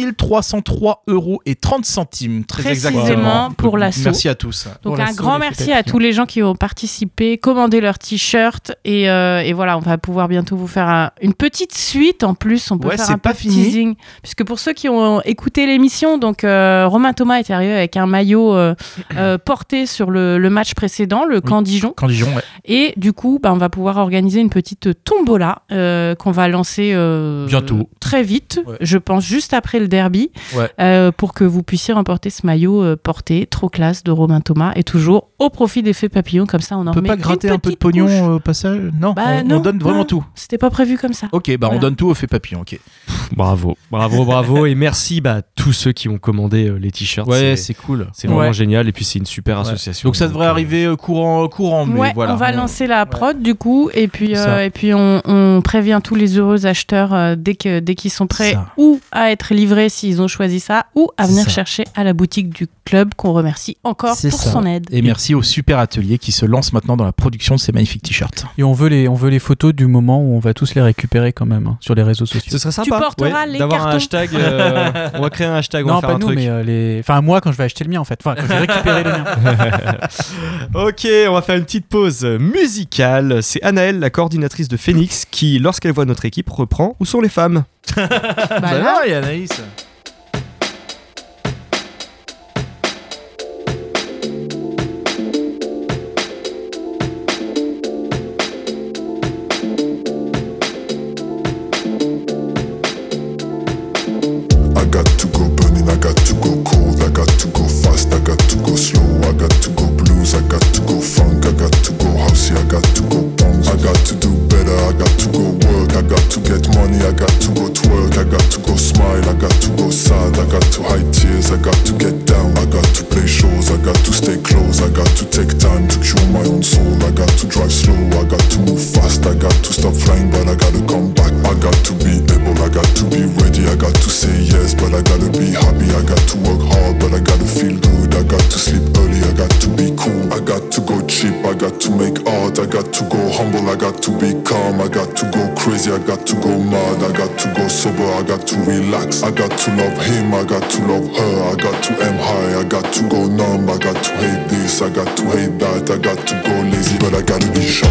3303,30€, très Précisément exactement. pour l'assaut. Merci à tous. Donc Pour un l'assaut grand des merci Fêtes à Papillons. tous les gens qui ont participé, commandé leurs t-shirts et voilà, on va pouvoir bientôt vous faire une petite suite en plus. On peut Ouais, faire c'est un pas peu de fini. teasing, puisque pour ceux qui ont écouté l'émission, donc Romain Thomas est arrivé avec un maillot porté sur le match précédent, le camp Dijon, Quand Dijon, ouais. et du coup, on va pouvoir organiser une petite tombola qu'on va lancer Bientôt. très vite, Ouais. je pense juste après le derby, Ouais. pour que vous puissiez remporter ce maillot porté, trop classe de Romain Thomas, et toujours au profit d'effet papillon, comme ça on en On peut remet pas gratter une un peu de petite couche. pognon au passage? Non, Bah, on non, donne vraiment non. tout. C'était pas prévu comme ça. Ok, on Voilà. donne tout au fait papillon, ok. Bravo. Et merci à tous ceux qui ont commandé les t-shirts. Ouais, c'est cool. c'est vraiment Ouais. génial. Et puis c'est une super association. Donc ça devrait arriver courant, mais Ouais, voilà. on va lancer la prod du coup, et puis, Ça. on prévient tous les heureux acheteurs dès qu'ils sont prêts, Ça. ou à être livrés s'ils ont choisi ça, ou à venir Ça. chercher à la boutique du club, qu'on remercie encore C'est pour ça. son aide. Et merci au super atelier qui se lance maintenant dans la production de ces magnifiques t-shirts. Et on veut les photos du moment où on va tous les récupérer quand même sur les réseaux sociaux. Ce serait sympa Tu porteras les d'avoir un cartons. hashtag. On va créer un hashtag, on Non, va faire pas un nous, truc. mais enfin moi quand je vais acheter le mien en fait. Enfin, quand je vais récupérer le mien. Ok, on va faire une petite pause musicale. C'est Anaëlle, la coordinatrice de Phoenix, qui, lorsqu'elle voit notre équipe, reprend Où sont les femmes ? Bah Bah là, là, il y a Anaïs. I got to go burning, I got to go cold, I got to go fast, I got to go slow, I got to go blues, I got to go funk, I got to go housey, I got to go bounce, I got to do better, I got to go work, I got to get money, I got to go twerk, I got to go smile, I got to go sad, I got to hide tears, I got to get down, I got to play shows, I got to stay close, I got to take time to cure my own soul, I got to drive slow, I got to move fast, I got to stop flying, but I gotta come back, I got to be able, I got to be ready, I got to say yes, but I gotta be happy, I got to work hard, but I gotta feel good, I got to sleep early, I got to be cool, I got to go cheap, I got to make art, I got to go humble, I got to be calm, I got to go crazy, I got to go mad, I got to go sober, I got to relax, I got to love him, I got to love her, I got to aim high, I got to go numb, I got to hate this, I got to hate that, I got to go lazy, but I gotta be sharp.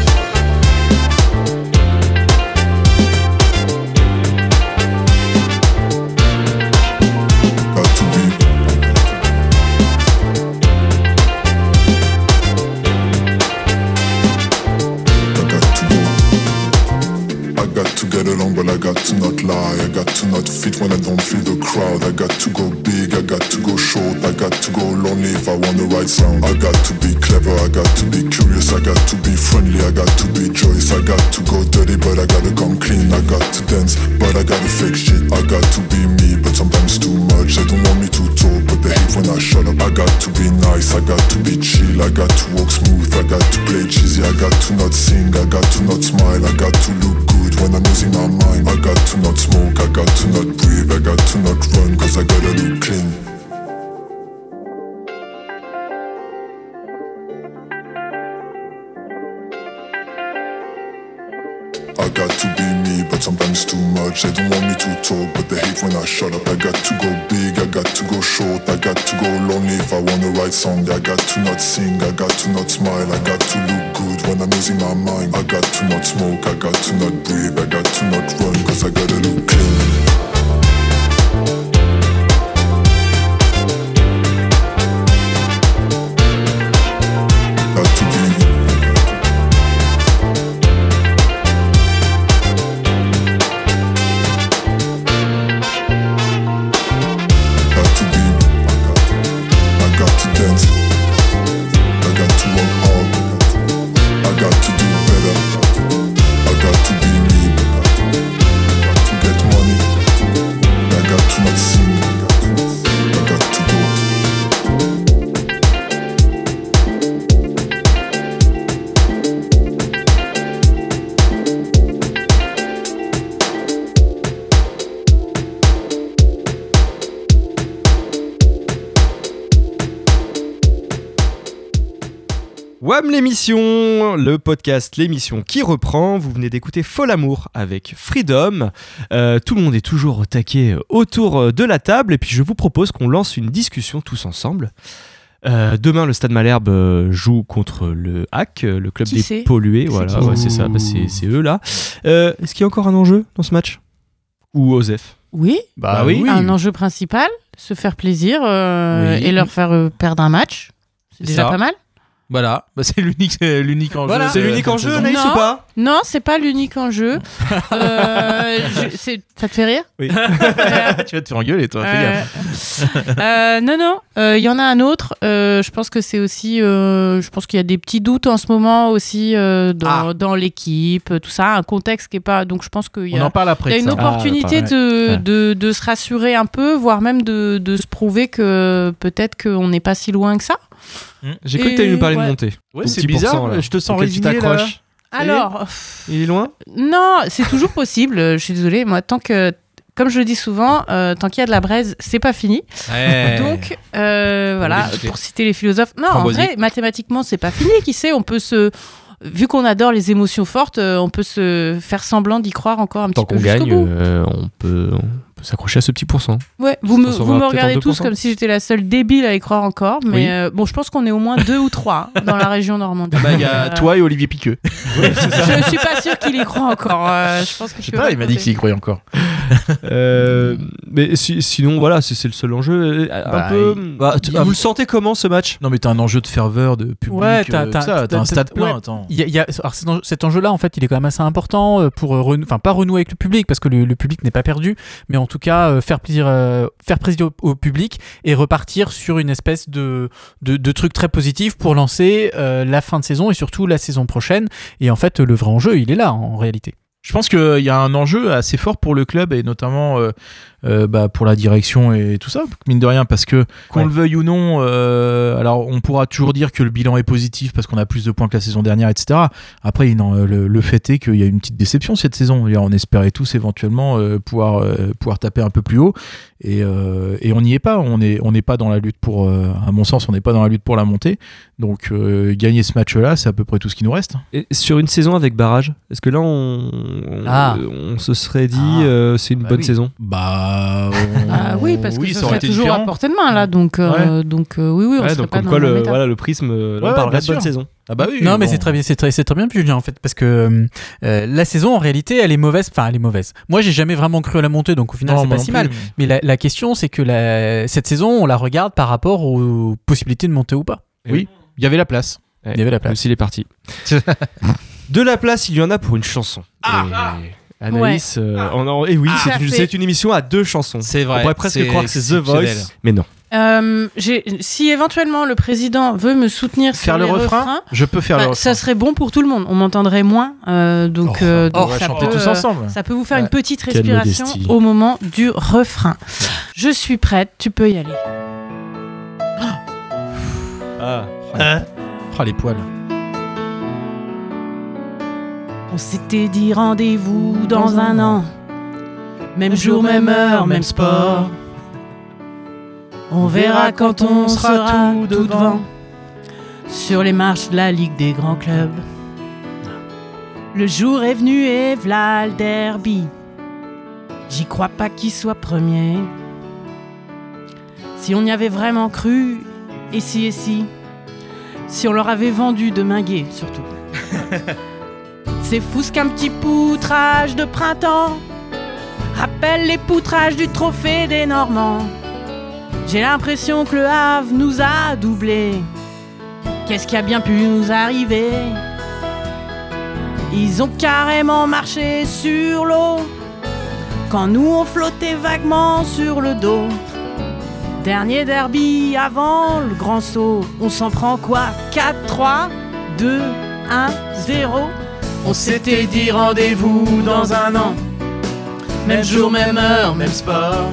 But I got to not lie, I got to not fit when I don't feel the crowd, I got to go big, I got to go short, I got to go lonely if I want the right sound, I got to be clever, I got to be curious, I got to be friendly, I got to be joyous, I got to go dirty but I gotta come clean, I got to dance but I gotta fake shit, I got to be me but sometimes too much, they don't want me to talk but they hate when I shut up, I got to be nice, I got to be chill, I got to walk smooth, I got to play cheesy, I got to not sing, I got to not smile, I got to look good when I'm losing my mind, I got to not smoke, I got to not breathe, I got to not run cause I gotta look clean. I got to be me, but sometimes too much. They don't want me to talk, but they hate when I shut up. I got to go big, I got to go short, I got to go lonely if I want the right song. I got to not sing, I got to not smile, I got to look good when I'm losing my mind. I got to not smoke, I got to not breathe, I got to not run, cause I gotta look clean. WAM l'émission, le podcast, l'émission qui reprend. Vous venez d'écouter Fol Amour avec Freedom. Tout le monde est toujours au taquet autour de la table et puis je vous propose qu'on lance une discussion tous ensemble. Demain, le Stade Malherbe joue contre le HAC, le club Qui des c'est pollués. Voilà, ouais, c'est ça, bah, c'est eux là. Est-ce qu'il y a encore un enjeu dans ce match ? Ou Osef ? Oui, Bah oui. un enjeu principal, se faire plaisir Oui. et leur faire perdre un match. C'est déjà Ça. pas mal. Voilà, bah, c'est l'unique enjeu. Voilà. C'est l'unique cette enjeu, saison. Anaïs, Non. ou pas ? Non, c'est pas l'unique enjeu. Ça te fait rire ? Oui. Tu vas te faire engueuler, toi, fais gaffe. Non, il y en a un autre. Je pense que c'est aussi. Je pense qu'il y a des petits doutes en ce moment aussi dans l'équipe, tout ça, un contexte qui est pas. Donc je pense qu'il y On a. en parle Il y après. a de une ça. opportunité de se rassurer un peu, voire même de se prouver que peut-être qu'on n'est pas si loin que ça. J'ai cru que tu allais nous parler de Ouais. montée. Ouais, Ton c'est petit bizarre, pourcent, là. je te sens Auquel tu résigné, là. t'accroches. Alors, Il est loin ? non, c'est toujours possible. Je suis désolée. Moi, comme je le dis souvent, tant qu'il y a de la braise, c'est pas fini. Ouais. Donc, voilà, Obligé. pour citer les philosophes. Non, en Framboisier. vrai, mathématiquement, c'est pas fini. Qui sait, on peut se. vu qu'on adore les émotions fortes, on peut se faire semblant d'y croire encore un Tant petit qu'on peu jusqu'au gagne, bout. on peut s'accrocher à ce petit pourcent. Ouais, vous me pense qu'on va peut-être regardez en tous 2%. comme si j'étais la seule débile à y croire encore, mais bon, je pense qu'on est au moins 2 ou 3 dans la région Normandie. Il y a toi et Olivier Piqueux. Je suis pas sûre qu'il y croit encore. Je pense que Je sais pas, il m'a dit qu'il y croyait encore. Mais sinon, voilà, c'est le seul enjeu. Bah, Vous le sentez comment ce match? Non, mais t'as un enjeu de ferveur, de public. Ouais, t'as un stade plein. ouais. Attends. Alors cet enjeu-là, en fait, il est quand même assez important pour pas renouer avec le public, parce que le public n'est pas perdu, mais en tout cas faire plaisir au public et repartir sur une espèce de truc très positif pour lancer la fin de saison et surtout la saison prochaine. Et en fait, le vrai enjeu, il est là en réalité. Je pense qu'il y a un enjeu assez fort pour le club et notamment pour la direction et tout ça, mine de rien, parce que qu'on le veuille ou non, alors on pourra toujours dire que le bilan est positif parce qu'on a plus de points que la saison dernière, etc. Après, non, le fait est qu'il y a une petite déception cette saison. On espérait tous éventuellement pouvoir taper un peu plus haut et on n'y est pas. On n'est pas dans la lutte pour, à mon sens, on n'est pas dans la lutte pour la montée. Donc gagner ce match-là, c'est à peu près tout ce qui nous reste. Et sur une saison avec barrage, est-ce que là on se serait dit c'est une bonne saison? Oui, parce que ça aurait serait été toujours différent. à portée de main là, donc oui, on serait donc pas comme dans quoi le même état. le prisme, là, on parlerait de bonne saison. Ah bah oui. Non, mais bon. c'est très bien, c'est très bien Julien, en fait, parce que la saison en réalité, elle est mauvaise. Enfin, elle est mauvaise. Moi, j'ai jamais vraiment cru à la montée, donc au final, Non, c'est moi pas non si plus. mal. Mais la question, c'est que cette saison, on la regarde par rapport aux possibilités de monter ou pas. Oui, il y avait la place. Il y avait la place. Même s'il est parti. De la place, il y en a pour une chanson. Anaïs, et oui, Tout à fait. c'est une émission à 2 chansons. C'est vrai. On pourrait presque croire que c'est The exceptionnel. Voice, mais non. Si éventuellement le président veut me soutenir Faire sur le les refrain, je peux faire le refrain. ça serait bon pour tout le monde. On m'entendrait moins, donc On va ça chanter peut, tous ensemble. ça peut vous faire Ouais. une petite Quelle respiration modestie. au moment du refrain. Je suis prête, tu peux y aller. Les poils. On s'était dit rendez-vous dans un an. Même jour, même heure, même sport. On verra quand on sera tout devant. Sur les marches de la Ligue des grands clubs. Le jour est venu et v'là le derby. J'y crois pas qu'il soit premier. Si on y avait vraiment cru, et si on leur avait vendu de minguer surtout. C'est fou ce qu'un petit poutrage de printemps rappelle les poutrages du trophée des Normands. J'ai l'impression que le Havre nous a doublés. Qu'est-ce qui a bien pu nous arriver? Ils ont carrément marché sur l'eau quand nous on flottait vaguement sur le dos. Dernier derby avant le grand saut. On s'en prend quoi? 4-3, 2, 1, 0. On s'était dit rendez-vous dans un an. Même jour, même heure, même sport.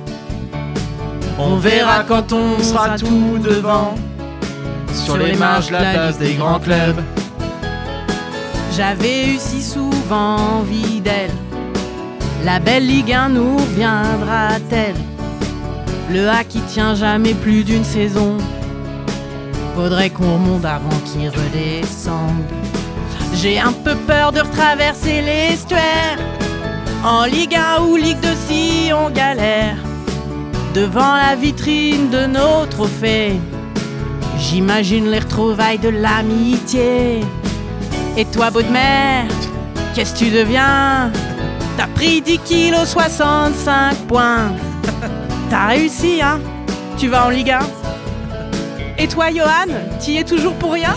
On verra quand on sera tout devant. Sur les marches de la place des grands clubs. J'avais eu si souvent envie d'elle. La belle Ligue 1 nous reviendra-t-elle? Le A qui tient jamais plus d'une saison. Faudrait qu'on remonte avant qu'il redescende. J'ai un peu peur de retraverser l'estuaire. En Ligue 1 ou Ligue 2 si on galère. Devant la vitrine de nos trophées, j'imagine les retrouvailles de l'amitié. Et toi, Baudemer, qu'est-ce que tu deviens? T'as pris 10 kilos, 65 points. T'as réussi, hein? Tu vas en Ligue 1. Et toi, Johan, t'y es toujours pour rien?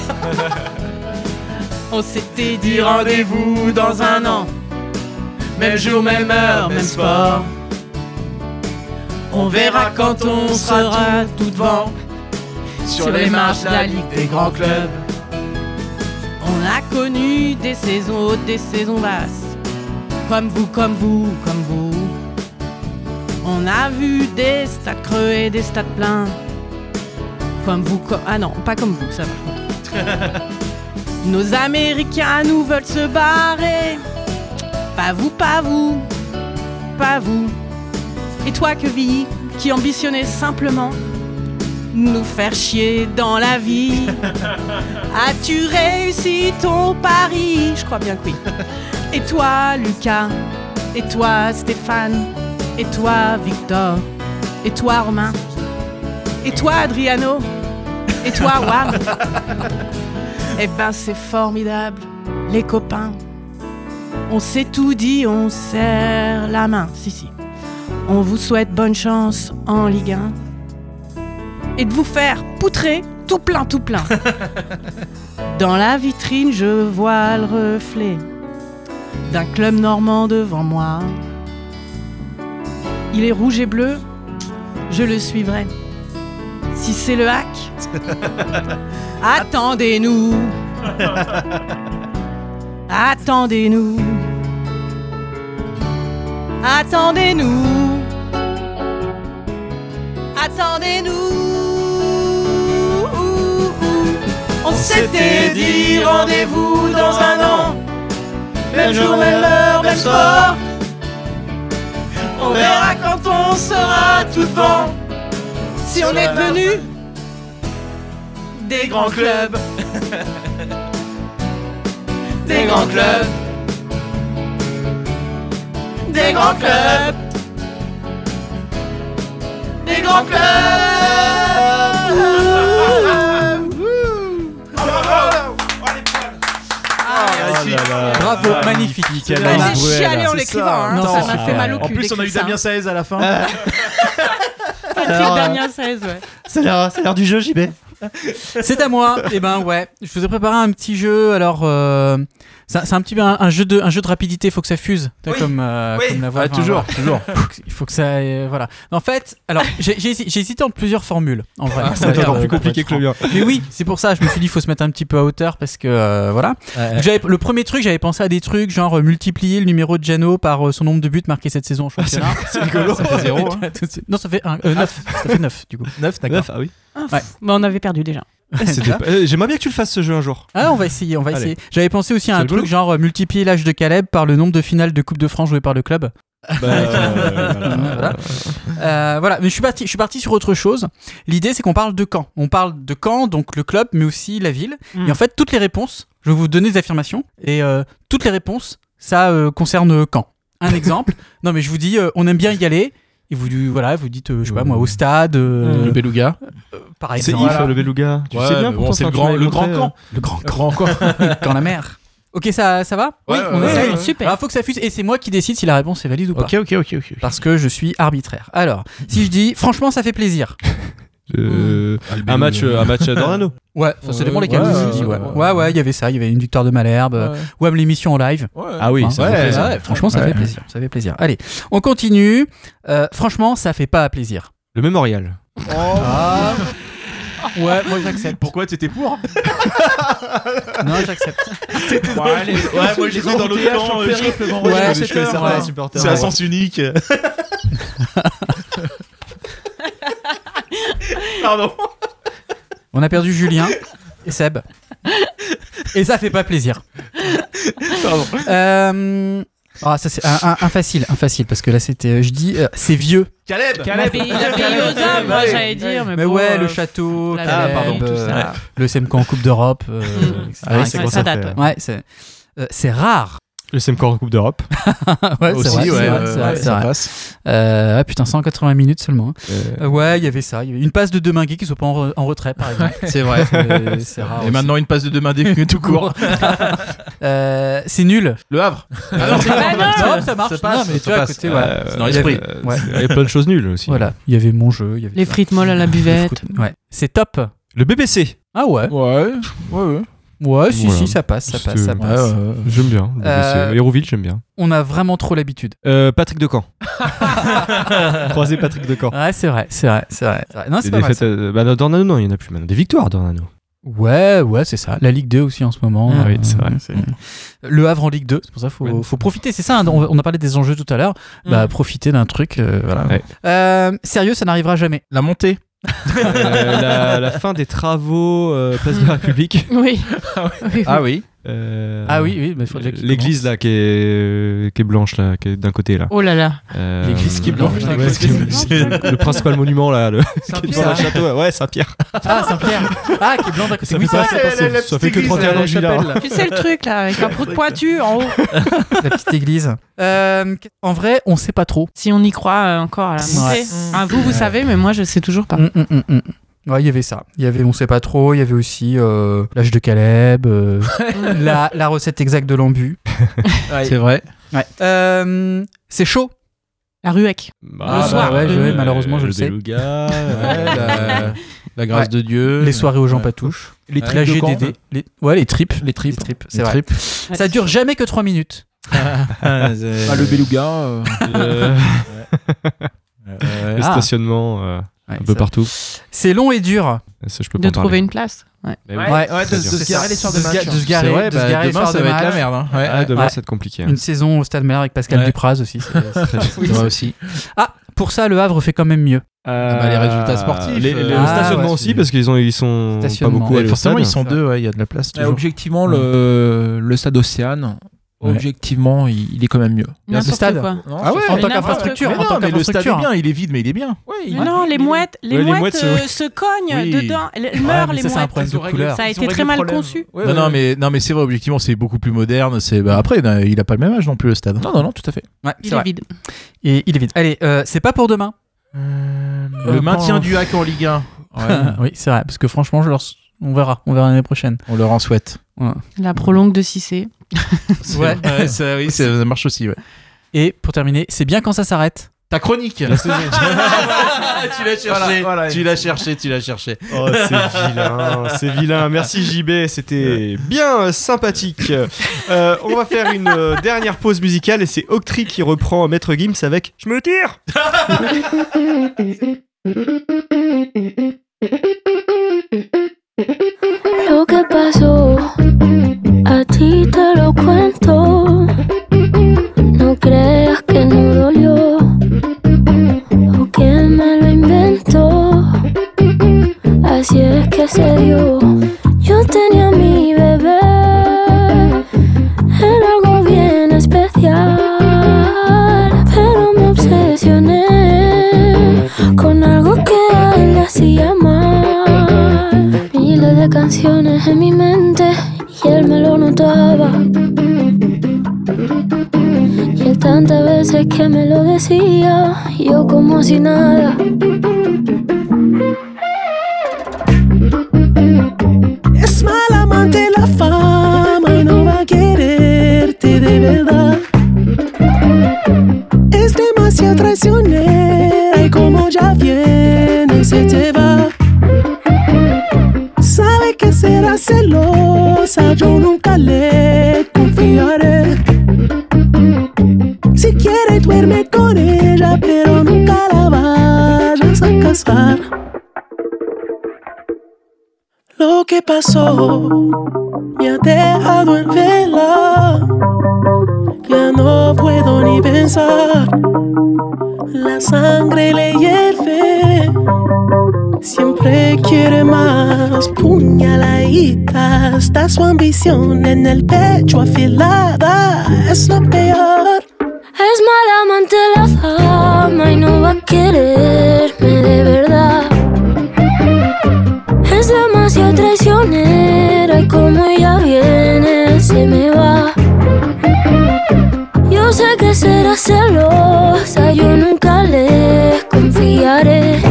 On s'était dit rendez-vous dans un an. Même jour, même heure, même sport. On verra quand on sera tout devant. Sur les marches de la Ligue des grands clubs. On a connu des saisons hautes, des saisons basses. Comme vous, comme vous, comme vous. On a vu des stades creux et des stades pleins. Comme vous, ah non, pas comme vous, ça va. Nos Américains nous veulent se barrer. Pas vous, pas vous, pas vous. Et toi, Quevilly, qui ambitionnais simplement nous faire chier dans la vie. As-tu réussi ton pari? Je crois bien que oui. Et toi, Lucas? Et toi, Stéphane? Et toi, Victor? Et toi, Romain? Et toi, Adriano? Et toi, Wam? Eh ben, c'est formidable, les copains. On s'est tout dit, on serre la main. Si. On vous souhaite bonne chance en Ligue 1. Et de vous faire poutrer tout plein. Dans la vitrine, je vois le reflet d'un club normand devant moi. Il est rouge et bleu, je le suivrai. Si c'est le hack, attendez-nous. Attendez-nous. Attendez-nous. Attendez-nous. On s'était dit rendez-vous dans un an. Même jour, même heure, même sport. On verra quand on sera tout devant. Si on est devenu des grands clubs. Des grands clubs. Des grands clubs. Des grands clubs. Bravo, magnifique. J'ai chialé en l'écrivant, Non, ça c'est m'a fait mal au cul. En plus, on a eu d'écrire Damien ça. Saez à la fin. Patrick Damien 16, ouais. C'est l'heure du jeu, JB. C'est à moi. Et ben ouais, je vous ai préparé un petit jeu. Alors, c'est un petit peu un jeu de rapidité. Il faut que ça fuse, comme la voix. Toujours. Il faut que ça, voilà. En fait, alors j'ai hésité entre plusieurs formules. En vrai, Ça va être encore plus compliqué que le mien. Mais oui, c'est pour ça. Je me suis dit, il faut se mettre un petit peu à hauteur parce que voilà. Le premier truc, j'avais pensé à des trucs genre multiplier le numéro de Giano par son nombre de buts marqués cette saison en championnat. C'est rigolo. Ça fait 0. Non, ça fait 9. Ça fait 9 du coup. 9, d'accord. 9, ah oui. Ouais. Mais on avait perdu déjà. J'aimerais bien que tu le fasses ce jeu un jour. Ah, on va essayer. Allez. J'avais pensé aussi à C'est un rigolo. truc genre multiplier l'âge de Caleb par le nombre de finales de Coupe de France jouées par le club. Voilà. Voilà. Mais je suis parti sur autre chose. L'idée, c'est qu'on parle de Caen. On parle de Caen, donc le club, mais aussi la ville. Et en fait, toutes les réponses, je vais vous donner des affirmations. Et toutes les réponses, ça concerne Caen. Un exemple. Non, mais je vous dis, on aime bien y aller. Et vous dites, je sais pas moi, au stade. Le Beluga. Par C'est exemple. Yves, le Beluga. Tu Ouais, sais bien mais pourtant, bon, c'est ça, le tu m'avais grand montré, camp. Le grand camp. Quand la mer. Ok, ça va? Ouais, Oui, on ouais, essaye. ouais. Super. Alors, faut que ça fuse. Et c'est moi qui décide si la réponse est valide ou pas. Ok. Parce que je suis arbitraire. Alors, si je dis, franchement, ça fait plaisir. un match à Dornano. Ouais, ça dépend lesquels. ouais, je dis, ouais. Ouais, il y avait ça. Il y avait une victoire de Malherbe. Ouais, l'émission en live. Ah oui, Hein, ça ouais, fait plaisir. ouais, franchement, ça fait plaisir. Ça fait plaisir. Allez, on continue. Franchement, ça fait pas plaisir. Le mémorial. Ah. Ouais, moi j'accepte. Pourquoi t'étais pour? Non, j'accepte. Ouais, moi j'étais dans l'autre camp. Ouais, je connais certains ouais. supporters. C'est à sens unique. Pardon. On a perdu Julien et Seb. Et ça fait pas plaisir. Pardon. Ah, ça c'est un facile parce que là c'était, je dis, c'est vieux. Caleb. La pays aux hommes, moi j'allais dire. Mais bon, ouais, le château, la Caleb, pardon, tout ça. le SMK en Coupe d'Europe. etc. Ah oui, c'est Ouais, quand ça ça date, fait. ouais. Ouais, c'est rare. Le SMK en Coupe d'Europe. Ouais, Aussi, c'est vrai, ouais, c'est vrai, c'est ça vrai. passe. Ah putain, 180 minutes seulement. Ouais, il y avait ça. Il y avait une passe de Deminguet qui soit pas en retrait, par exemple. C'est vrai. C'est rare. Et aussi. maintenant, une passe de demain tout court. C'est nul. Le Havre. Ah non, Non, ça marche. Ça passe, Non, mais ça tu vois, à passe. côté, ouais. C'est dans l'esprit. Ouais. Il y a plein de choses nulles aussi. Voilà, il y avait mon jeu. Il y avait Les frites molles à la buvette. Ouais. C'est top. Le BBC. Ah ouais. Ouais. Ouais, si, Voilà. si, ça passe, ça C'était- passe, ça passe. J'aime bien. Le BBC. Hérouville, j'aime bien. On a vraiment trop l'habitude. Patrick Decamp. Croisé Patrick Decamp. Ouais, c'est vrai. Non, c'est Des pas mal. défaites, bah, Dornano, non, il n'y en a plus maintenant. Des victoires, Dornano. Ouais, c'est ça. La Ligue 2 aussi en ce moment. Ah oui, c'est vrai. Le Havre en Ligue 2, c'est pour ça qu'il faut profiter. C'est ça, hein, on a parlé des enjeux tout à l'heure. Bah, profiter d'un truc. Voilà. Ouais. Sérieux, ça n'arrivera jamais. La montée. La fin des travaux Place de la République. Oui. Ah oui. Ah oui, mais il faudrait que l'église là qui est blanche là, qui est d'un côté là. Oh là là. L'église qui est blanche. Ouais, le principal monument là, qui est devant le château. Ouais, Saint-Pierre. Ah, Saint-Pierre. Ah, qui est blanc d'un côté. Ça fait quoi, ça fait que 31 ans que je suis là. Tu sais le truc là, avec un prout pointu en haut. La petite église. En vrai, on sait pas trop. Si on y croit encore à la montée. Ah, vous savez, mais moi je sais toujours pas. Ouais, il y avait ça. Il y avait, on sait pas trop. Il y avait aussi l'âge de Caleb, la recette exacte de l'embu. C'est vrai. Ouais. C'est chaud. La ruec. Le soir. Ouais, malheureusement, je le sais. Beluga, La grâce de Dieu. Les soirées aux gens patouches. Les La tripes de camp. GDD. Les tripes. Les tripes, c'est vrai. Ça dure jamais que 3 minutes. Le beluga. Le stationnement. Un peu partout. C'est long et dur Ça, je peux pas De en parler. trouver une place. Ouais. De se garer les soirs de match. De se garer les Demain, soirs ça de va être la match. merde. Hein. Ah, demain, ça va être compliqué. Une saison au Stade Malherbe avec Pascal Dupraz aussi. C'est vrai aussi. Ah, pour ça, le Havre fait quand même mieux. Les résultats sportifs. Le stationnement aussi, parce qu'ils sont pas beaucoup allés au Forcément, stade. ils sont deux, il y a de la place. toujours. Objectivement, le stade Océane, objectivement, il est quand même mieux. N'importe stade. quoi. Ah ouais, En tant n'importe qu'infrastructure. quoi. mais le stade est bien, il est vide, mais il est bien. Non, les mouettes, les mouettes, se cognent Oui. dedans. Elles meurent, les ça, c'est un mouettes. problème de couleur. Ça a été très mal conçu. Non, mais c'est vrai, objectivement, c'est beaucoup plus moderne. Après, il a pas le même âge non plus, le stade. Non, tout à fait. Ouais, Il est vide. Et il est vide. Allez, c'est pas pour demain. Le maintien du hack en Ligue 1. Oui, c'est vrai, parce que franchement, on verra l'année prochaine. On leur en souhaite. La prolongue de Cissé. Ouais. Ça marche aussi, ouais. Et pour terminer, c'est bien quand ça s'arrête. Ta chronique. Tu l'as cherché. Voilà. Tu l'as cherché. Oh, c'est vilain. Merci JB, c'était bien sympathique. On va faire une dernière pause musicale et c'est Octree qui reprend Maître Gims avec Je me tire. Lo que pasó, a ti te lo cuento. No creas que no dolió o que me lo inventó. Así es que se dio. Yo tenía mi bebé, era algo bien especial, pero me obsesioné con algo que a él le hacía mal. Miles de canciones en mi mente y él me lo notaba. Y él tantas veces que me lo decía, yo como si nada. Es mal amante la fama y no va a quererte de verdad. Es demasiado traicionera y como ya viene se te va. Sabe que será celosa, yo nunca le confiaré. Si quiere duerme con ella, pero nunca la vayas a casar. Lo que pasó me ha dejado en vela. Ya no puedo ni pensar. La sangre le hierve. Siempre quiere más. Puñaladita. Está su ambición en el pecho afilada. Es lo peor. Es mala amante la fama y no va a quererme de verdad. Es demasiado traicionera y como ella viene se me va. Yo sé que será celosa, yo nunca le confiaré.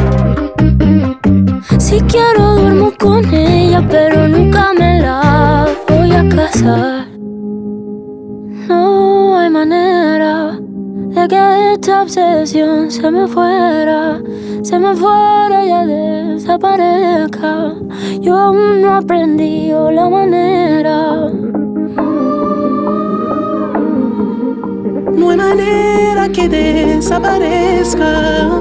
Si quiero duermo con ella, pero nunca me la voy a casar. No hay manera de que esta obsesión se me fuera y ya desaparezca. Yo aún no aprendí la manera. No hay manera que desaparezca.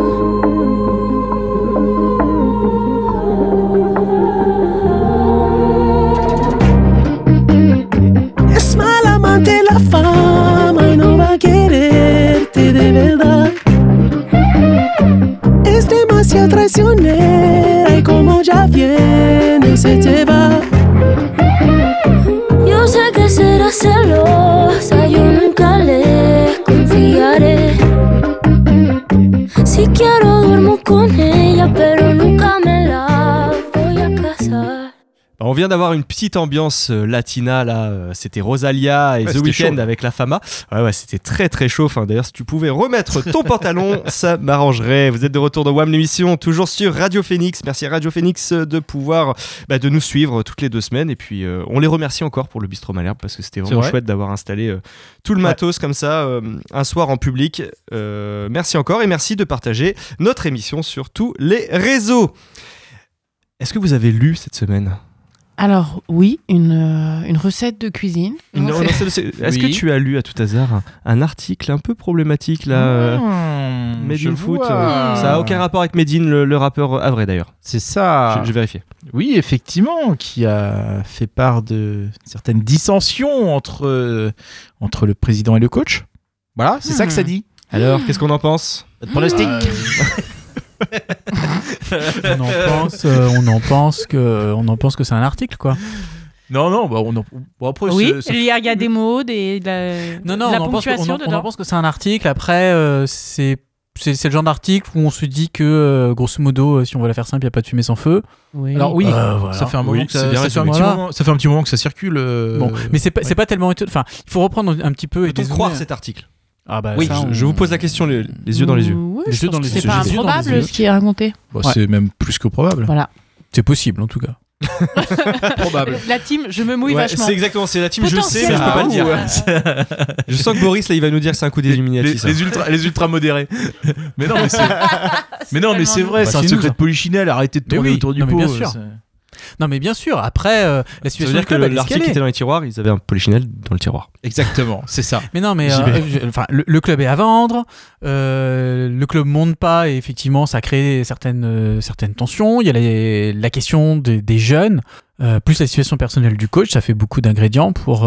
Es mala amante la fama y no va a quererte de verdad. Es demasiado traicionera y como ya viene se te va. Yo sé que On vient d'avoir une petite ambiance latina là, c'était Rosalia et The Weeknd avec La Fama. Ouais, c'était très très chaud. Enfin, d'ailleurs, si tu pouvais remettre ton pantalon, ça m'arrangerait. Vous êtes de retour dans WAM l'émission, toujours sur Radio Phoenix. Merci à Radio Phoenix de pouvoir de nous suivre toutes les 2 semaines. Et puis, on les remercie encore pour le Bistrot Malherbe parce que c'était vraiment chouette d'avoir installé tout le matos comme ça un soir en public. Merci encore et merci de partager notre émission sur tous les réseaux. Est-ce que vous avez lu cette semaine ? Alors oui, une recette de cuisine. Est-ce que tu as lu à tout hasard un article un peu problématique là Made in Foot ça n'a aucun rapport avec Made in, le rappeur Havre d'ailleurs. C'est ça. Je vérifie. Oui, effectivement, qui a fait part de certaines dissensions entre le président et le coach. Voilà, c'est ça que ça dit. Alors, qu'est-ce qu'on en pense ? Pas de pronostic. on en pense que c'est un article, quoi. Non, après, oui, il y a des mots, de la ponctuation dedans. On en pense que c'est un article. Après, c'est le genre d'article où on se dit que, grosso modo, si on veut la faire simple, il n'y a pas de fumée sans feu. Oui. Alors oui, voilà. Ça fait un moment ça fait un petit moment que ça circule. Bon, mais c'est pas tellement étonnant. Enfin, il faut reprendre un petit peu. Peut-on croire cet article ? Ah bah oui, ça, je vous pose la question les yeux dans les yeux. Oui, c'est pas improbable ce qui est raconté. C'est même plus que probable. Voilà. C'est possible en tout cas. Probable. La team, je me mouille vachement. C'est exactement, c'est la team, je le sais, mais je peux pas le dire. Je sens que Boris là, il va nous dire que c'est un coup des Illuminati. Les ultra modérés. Mais non, mais c'est vrai, c'est un secret de polichinelle. Arrêtez de tourner autour du pot. Bien sûr. Non mais bien sûr, après la situation. Ça veut dire que l'article qui était dans les tiroirs, ils avaient un polichinelle dans le tiroir. Exactement, c'est ça. Mais non mais le club est à vendre, le club monte pas et effectivement ça crée certaines tensions. Il y a la question des jeunes, plus la situation personnelle du coach, ça fait beaucoup d'ingrédients pour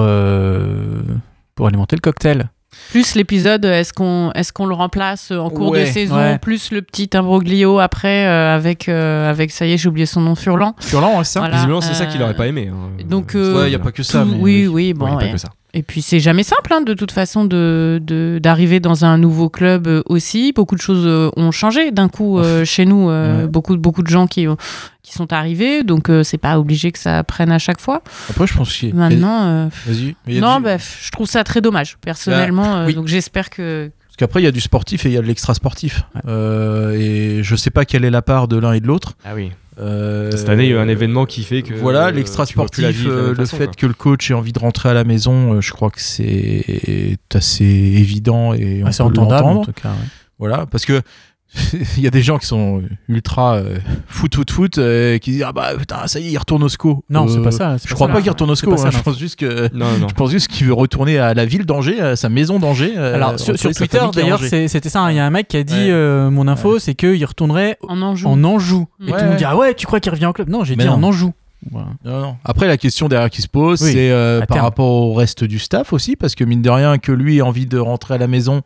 alimenter le cocktail. Plus l'épisode, est-ce qu'on le remplace en cours de saison, plus le petit imbroglio après avec ça y est, j'ai oublié son nom, Furlan. Furlan, c'est ça. Voilà, visiblement, c'est ça qu'il aurait pas aimé. Donc, il y a pas que ça. Mais oui, bon. Pas que ça. Et puis c'est jamais simple de toute façon d'arriver dans un nouveau club aussi. Beaucoup de choses ont changé d'un coup chez nous. Beaucoup de gens qui sont arrivés, donc c'est pas obligé que ça prenne à chaque fois. Après je pense que maintenant vas-y. Je trouve ça très dommage personnellement. Donc j'espère que parce qu'après il y a du sportif et il y a de l'extra sportif. Et je sais pas quelle est la part de l'un et de l'autre. Ah oui. Cette année, il y a eu un événement qui fait que l'extra sportif, le fait que le coach ait envie de rentrer à la maison, je crois que c'est assez évident et c'est entendable en tout cas. Ouais. Voilà, parce que il y a des gens qui sont ultra foot qui disent putain ça y est il retourne au SCO. Non, c'est pas ça. Je crois pas qu'il retourne au SCO. Je pense juste que je pense juste qu'il veut retourner à la ville d'Angers, à sa maison d'Angers. Alors sur Twitter d'ailleurs c'était ça. Il y a un mec qui a dit mon info c'est qu'il retournerait en Anjou. Et tout le monde dit ouais tu crois qu'il revient en club ? Non, j'ai dit en Anjou. Voilà. Non. Après la question derrière qui se pose c'est par rapport au reste du staff aussi, parce que mine de rien que lui ait envie de rentrer à la maison,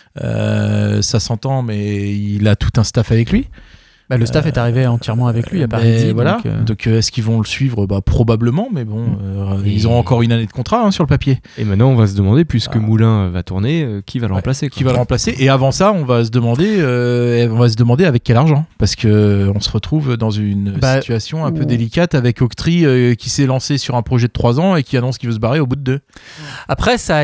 ça s'entend, mais il a tout un staff avec lui. Le staff est arrivé entièrement avec lui à Paris. Voilà. Donc est-ce qu'ils vont le suivre ? Probablement, mais bon, ils ont encore une année de contrat sur le papier. Et maintenant, on va se demander, puisque Moulin va tourner, qui va le remplacer ? Qui va le remplacer ? Et avant ça, on va se demander avec quel argent, parce que on se retrouve dans une situation un peu délicate avec Octree qui s'est lancé sur un projet de 3 ans et qui annonce qu'il veut se barrer au bout de 2. Après, ça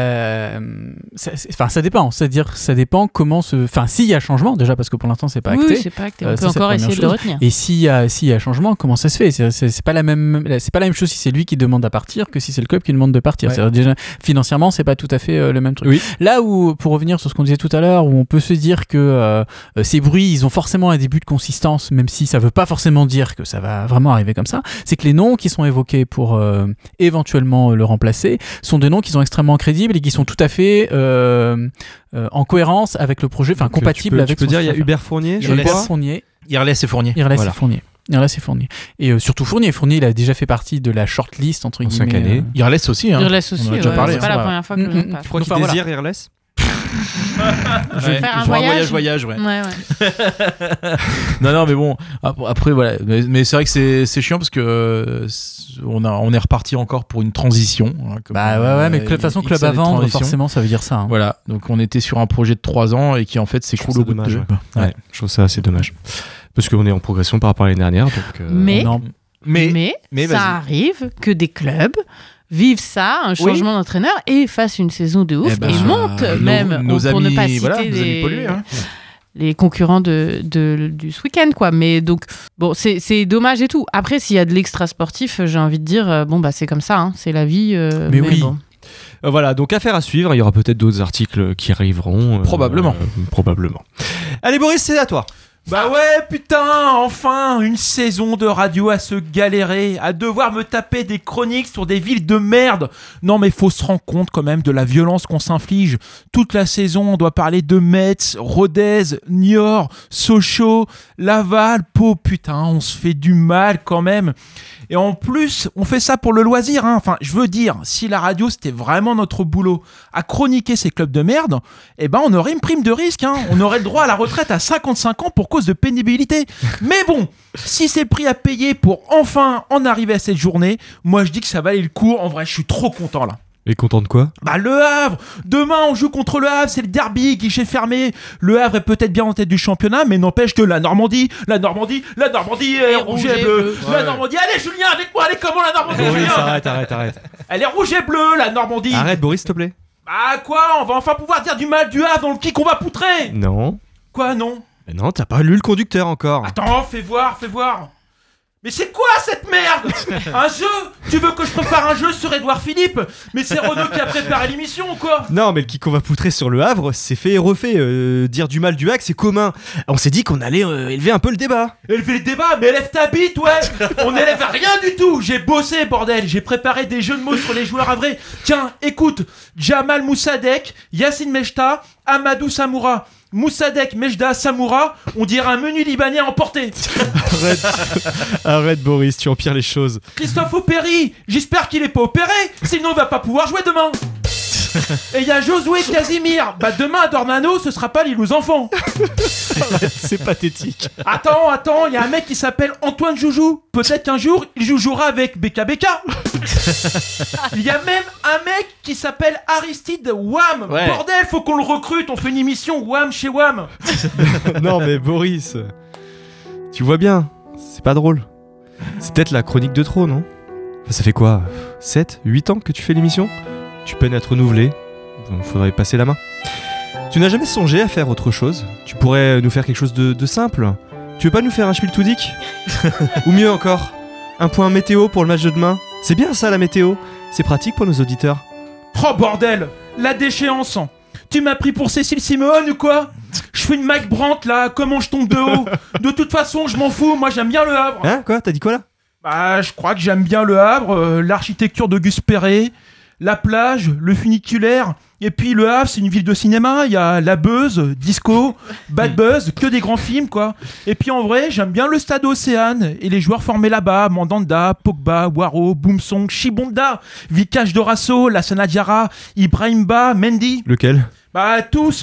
dépend. C'est-à-dire, ça dépend comment s'il y a changement déjà, parce que pour l'instant, c'est pas acté. Oui, c'est pas acté. On peut encore essayer de le retenir. Et s'il y a changement, comment ça se fait ? C'est pas la même chose si c'est lui qui demande à partir que si c'est le club qui demande de partir. C'est-à-dire, déjà, financièrement, c'est pas tout à fait le même truc. Oui. Là où, pour revenir sur ce qu'on disait tout à l'heure, où on peut se dire que ces bruits, ils ont forcément un début de consistance, même si ça veut pas forcément dire que ça va vraiment arriver comme ça, c'est que les noms qui sont évoqués pour éventuellement le remplacer sont des noms qui sont extrêmement crédibles et qui sont tout à fait en cohérence avec le projet, enfin compatible avec. Tu peux dire, il y a Hubert Fournier, Irles et Fournier. Irles et Fournier. Et surtout Fournier, il a déjà fait partie de la shortlist entre guillemets. Irles aussi. Irles aussi, on en a déjà parlé. C'est pas la première fois que je Tu crois qu'il désire Irles ? Je vais faire un voyage. Ouais. non, mais bon. Après, voilà. Mais c'est vrai que c'est chiant parce que on est reparti encore pour une transition. Mais de toute façon, club à vendre, forcément, ça veut dire ça. Voilà. Donc, on était sur un projet de 3 ans et qui en fait s'écroule au bout de 2. Je trouve ça assez dommage. Parce qu'on est en progression par rapport à l'année dernière. Donc, mais Mais ça vas-y. arrive que des clubs vivent ça, un changement d'entraîneur, et fassent une saison de ouf, Eh ben, et montent même, nos pour ne pas amis, citer nos amis pollués, hein. les concurrents du ce week-end, quoi. Mais donc, bon, c'est dommage et tout. Après, s'il y a de l'extra sportif, j'ai envie de dire, c'est comme ça, hein, c'est la vie. Mais oui. Bon. Voilà, donc affaire à suivre. Il y aura peut-être d'autres articles qui arriveront. Probablement. Probablement. Allez, Boris, c'est à toi. Bah ouais, putain, enfin, une saison de radio à se galérer, à devoir me taper des chroniques sur des villes de merde. Non mais faut se rendre compte quand même de la violence qu'on s'inflige. Toute la saison, on doit parler de Metz, Rodez, Niort, Sochaux, Laval, Pau. Putain, on se fait du mal quand même. Et en plus, on fait ça pour le loisir, hein. Enfin, je veux dire, si la radio c'était vraiment notre boulot à chroniquer ces clubs de merde, eh ben on aurait une prime de risque, hein. On aurait le droit à la retraite à 55 ans pour cause de pénibilité. Mais bon, si c'est le prix à payer pour enfin en arriver à cette journée, moi je dis que ça valait le coup. En vrai, je suis trop content là. Et content de quoi? Bah le Havre. Demain on joue contre le Havre, c'est le derby, guichet fermé. Le Havre est peut-être bien en tête du championnat, mais n'empêche que la Normandie est rouge et bleue. La Normandie, allez Julien avec moi, allez comment la Normandie? Boris, Julien arrête. Elle est rouge et bleue la Normandie. Arrête, Boris, s'il te plaît. Bah quoi, on va enfin pouvoir dire du mal du Havre dans le kick qu'on va poutrer. Non. Quoi non? Mais non, t'as pas lu le conducteur encore. Attends, fais voir. Mais c'est quoi cette merde? Un jeu? Tu veux que je prépare un jeu sur Édouard Philippe? Mais c'est Renaud qui a préparé l'émission ou quoi? Non, mais le kick qu'on va poutrer sur le Havre, c'est fait et refait. Dire du mal du Hack, c'est commun. On s'est dit qu'on allait élever un peu le débat. Élever le débat? Mais élève ta bite, ouais. On élève rien du tout. J'ai bossé, bordel. J'ai préparé des jeux de mots sur les joueurs havrais. Tiens, écoute. Jamal Moussadek, Yassine Mechta, Amadou Samoura. Moussadek, Mejda, Samoura, on dirait un menu libanais emporté. Arrête Boris, tu empires les choses. Christophe Opéry, j'espère qu'il est pas opéré, sinon il va pas pouvoir jouer demain. Et il y a Josué Casimir, bah demain à Dornano, ce sera pas l'île aux enfants. C'est pathétique. Attends, il y a un mec qui s'appelle Antoine Joujou. Peut-être qu'un jour, il jouera avec BKBK. Il y a même un mec qui s'appelle Aristide Wham. Ouais. Bordel, faut qu'on le recrute, on fait une émission Wham chez Wham. Non mais Boris, tu vois bien, c'est pas drôle. C'est peut-être la chronique de trop, non? Enfin, ça fait quoi, 7, 8 ans que tu fais l'émission? Tu peines à te renouveler, faudrait passer la main. Tu n'as jamais songé à faire autre chose? Tu pourrais nous faire quelque chose de simple. Tu veux pas nous faire un Spiel to Dick? Ou mieux encore, un point météo pour le match de demain? C'est bien ça la météo, c'est pratique pour nos auditeurs. Oh bordel, la déchéance. Tu m'as pris pour Cécile Simeone ou quoi? Je fais une Mike Brandt là, comment je tombe de haut? De toute façon, je m'en fous, moi j'aime bien le Havre. Hein, quoi? T'as dit quoi là? Bah, je crois que j'aime bien le Havre, l'architecture de Gus Perret, la plage, le funiculaire. Et puis le Havre, c'est une ville de cinéma, il y a La Beuse, Disco, Bad Buzz, que des grands films quoi. Et puis en vrai, j'aime bien le stade Océane et les joueurs formés là-bas, Mandanda, Pogba, Waro, Boumsong, Chibonda, Vikash Dorasso, Lassana Diarra, Ibrahimba, Mendy. Lequel? Bah tous.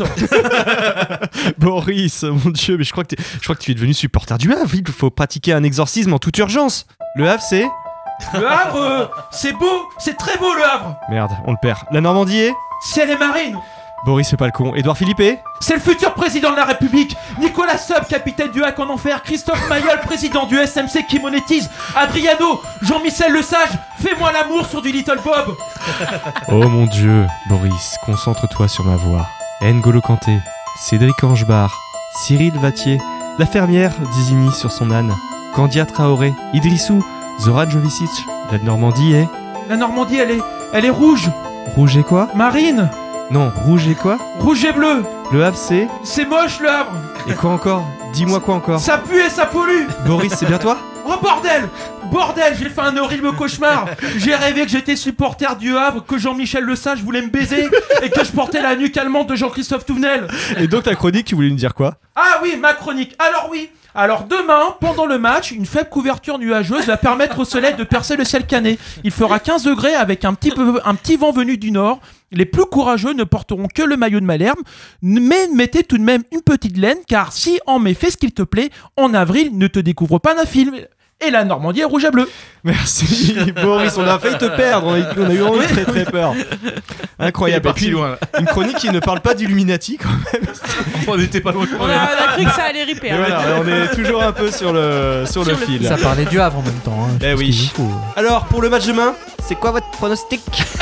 Boris, mon Dieu, mais je crois que tu es devenu supporter du Havre. Il faut pratiquer un exorcisme en toute urgence. Le Havre, c'est... Le Havre, c'est beau, c'est très beau le Havre. Merde, on le perd. La Normandie est... Ciel et marine. Boris, c'est pas le con. Édouard Philippe est... C'est le futur président de la République. Nicolas Sub, capitaine du Hack en enfer. Christophe Mayol, président du SMC qui monétise. Adriano, Jean-Michel Lesage, fais-moi l'amour sur du Little Bob. Oh mon Dieu, Boris, concentre-toi sur ma voix. N'Golo Kanté, Cédric Angebar, Cyril Vatier, la fermière Dizini sur son âne, Candia Traoré, Idrissou, Zoran Jovicic. La Normandie est... La Normandie, elle est rouge. Rouge et quoi? Marine. Non, rouge et quoi? Rouge et bleu. Le Havre c'est... C'est moche le Havre. Et quoi encore? Dis-moi quoi encore? Ça pue et ça pollue. Boris, c'est bien toi? Oh bordel, j'ai fait un horrible cauchemar. J'ai rêvé que j'étais supporter du Havre, que Jean-Michel Lesage voulait me baiser et que je portais la nuque allemande de Jean-Christophe Touvenel. Et donc ta chronique, tu voulais nous dire quoi? Ah oui, ma chronique. Alors demain, pendant le match, une faible couverture nuageuse va permettre au soleil de percer le ciel canet. Il fera 15 degrés avec un petit vent venu du nord. Les plus courageux ne porteront que le maillot de Malherbe, mais mettez tout de même une petite laine, car si en mai fais ce qu'il te plaît, en avril ne te découvre pas d'un film. Et la Normandie est rouge à bleu. Merci Boris, on a failli te perdre, on a eu vraiment très très peur. Incroyable. Et puis loin. une chronique qui ne parle pas d'Illuminati quand même. On n'était pas loin. On a cru que ça allait ripper. Mais voilà, on est toujours un peu sur le fil. Ça parlait du Havre en même temps. Hein. Eh oui. Alors pour le match demain, c'est quoi votre pronostic?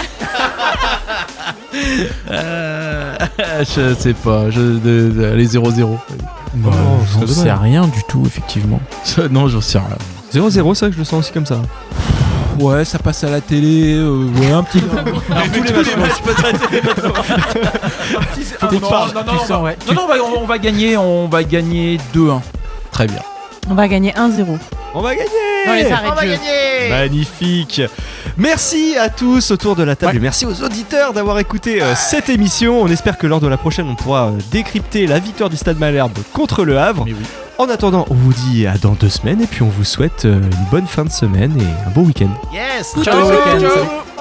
Je sais pas, allez 0-0. Bah, j'en sais rien du tout, effectivement. Non, j'en sais rien. 0-0, c'est vrai que je le sens aussi comme ça. Ouais, ça passe à la télé, ouais, un petit peu. Tous les matchs passent à la télé. Non, on va gagner 2-1. Très bien. On va gagner 1-0. On va gagner. Dans les arrêts de jeu. Magnifique. Merci à tous autour de la table et merci aux auditeurs d'avoir écouté cette émission. On espère que lors de la prochaine, on pourra décrypter la victoire du Stade Malherbe contre le Havre. Oui. En attendant, on vous dit à dans 2 semaines et puis on vous souhaite une bonne fin de semaine et un beau week-end. Yes. Ciao. Ciao.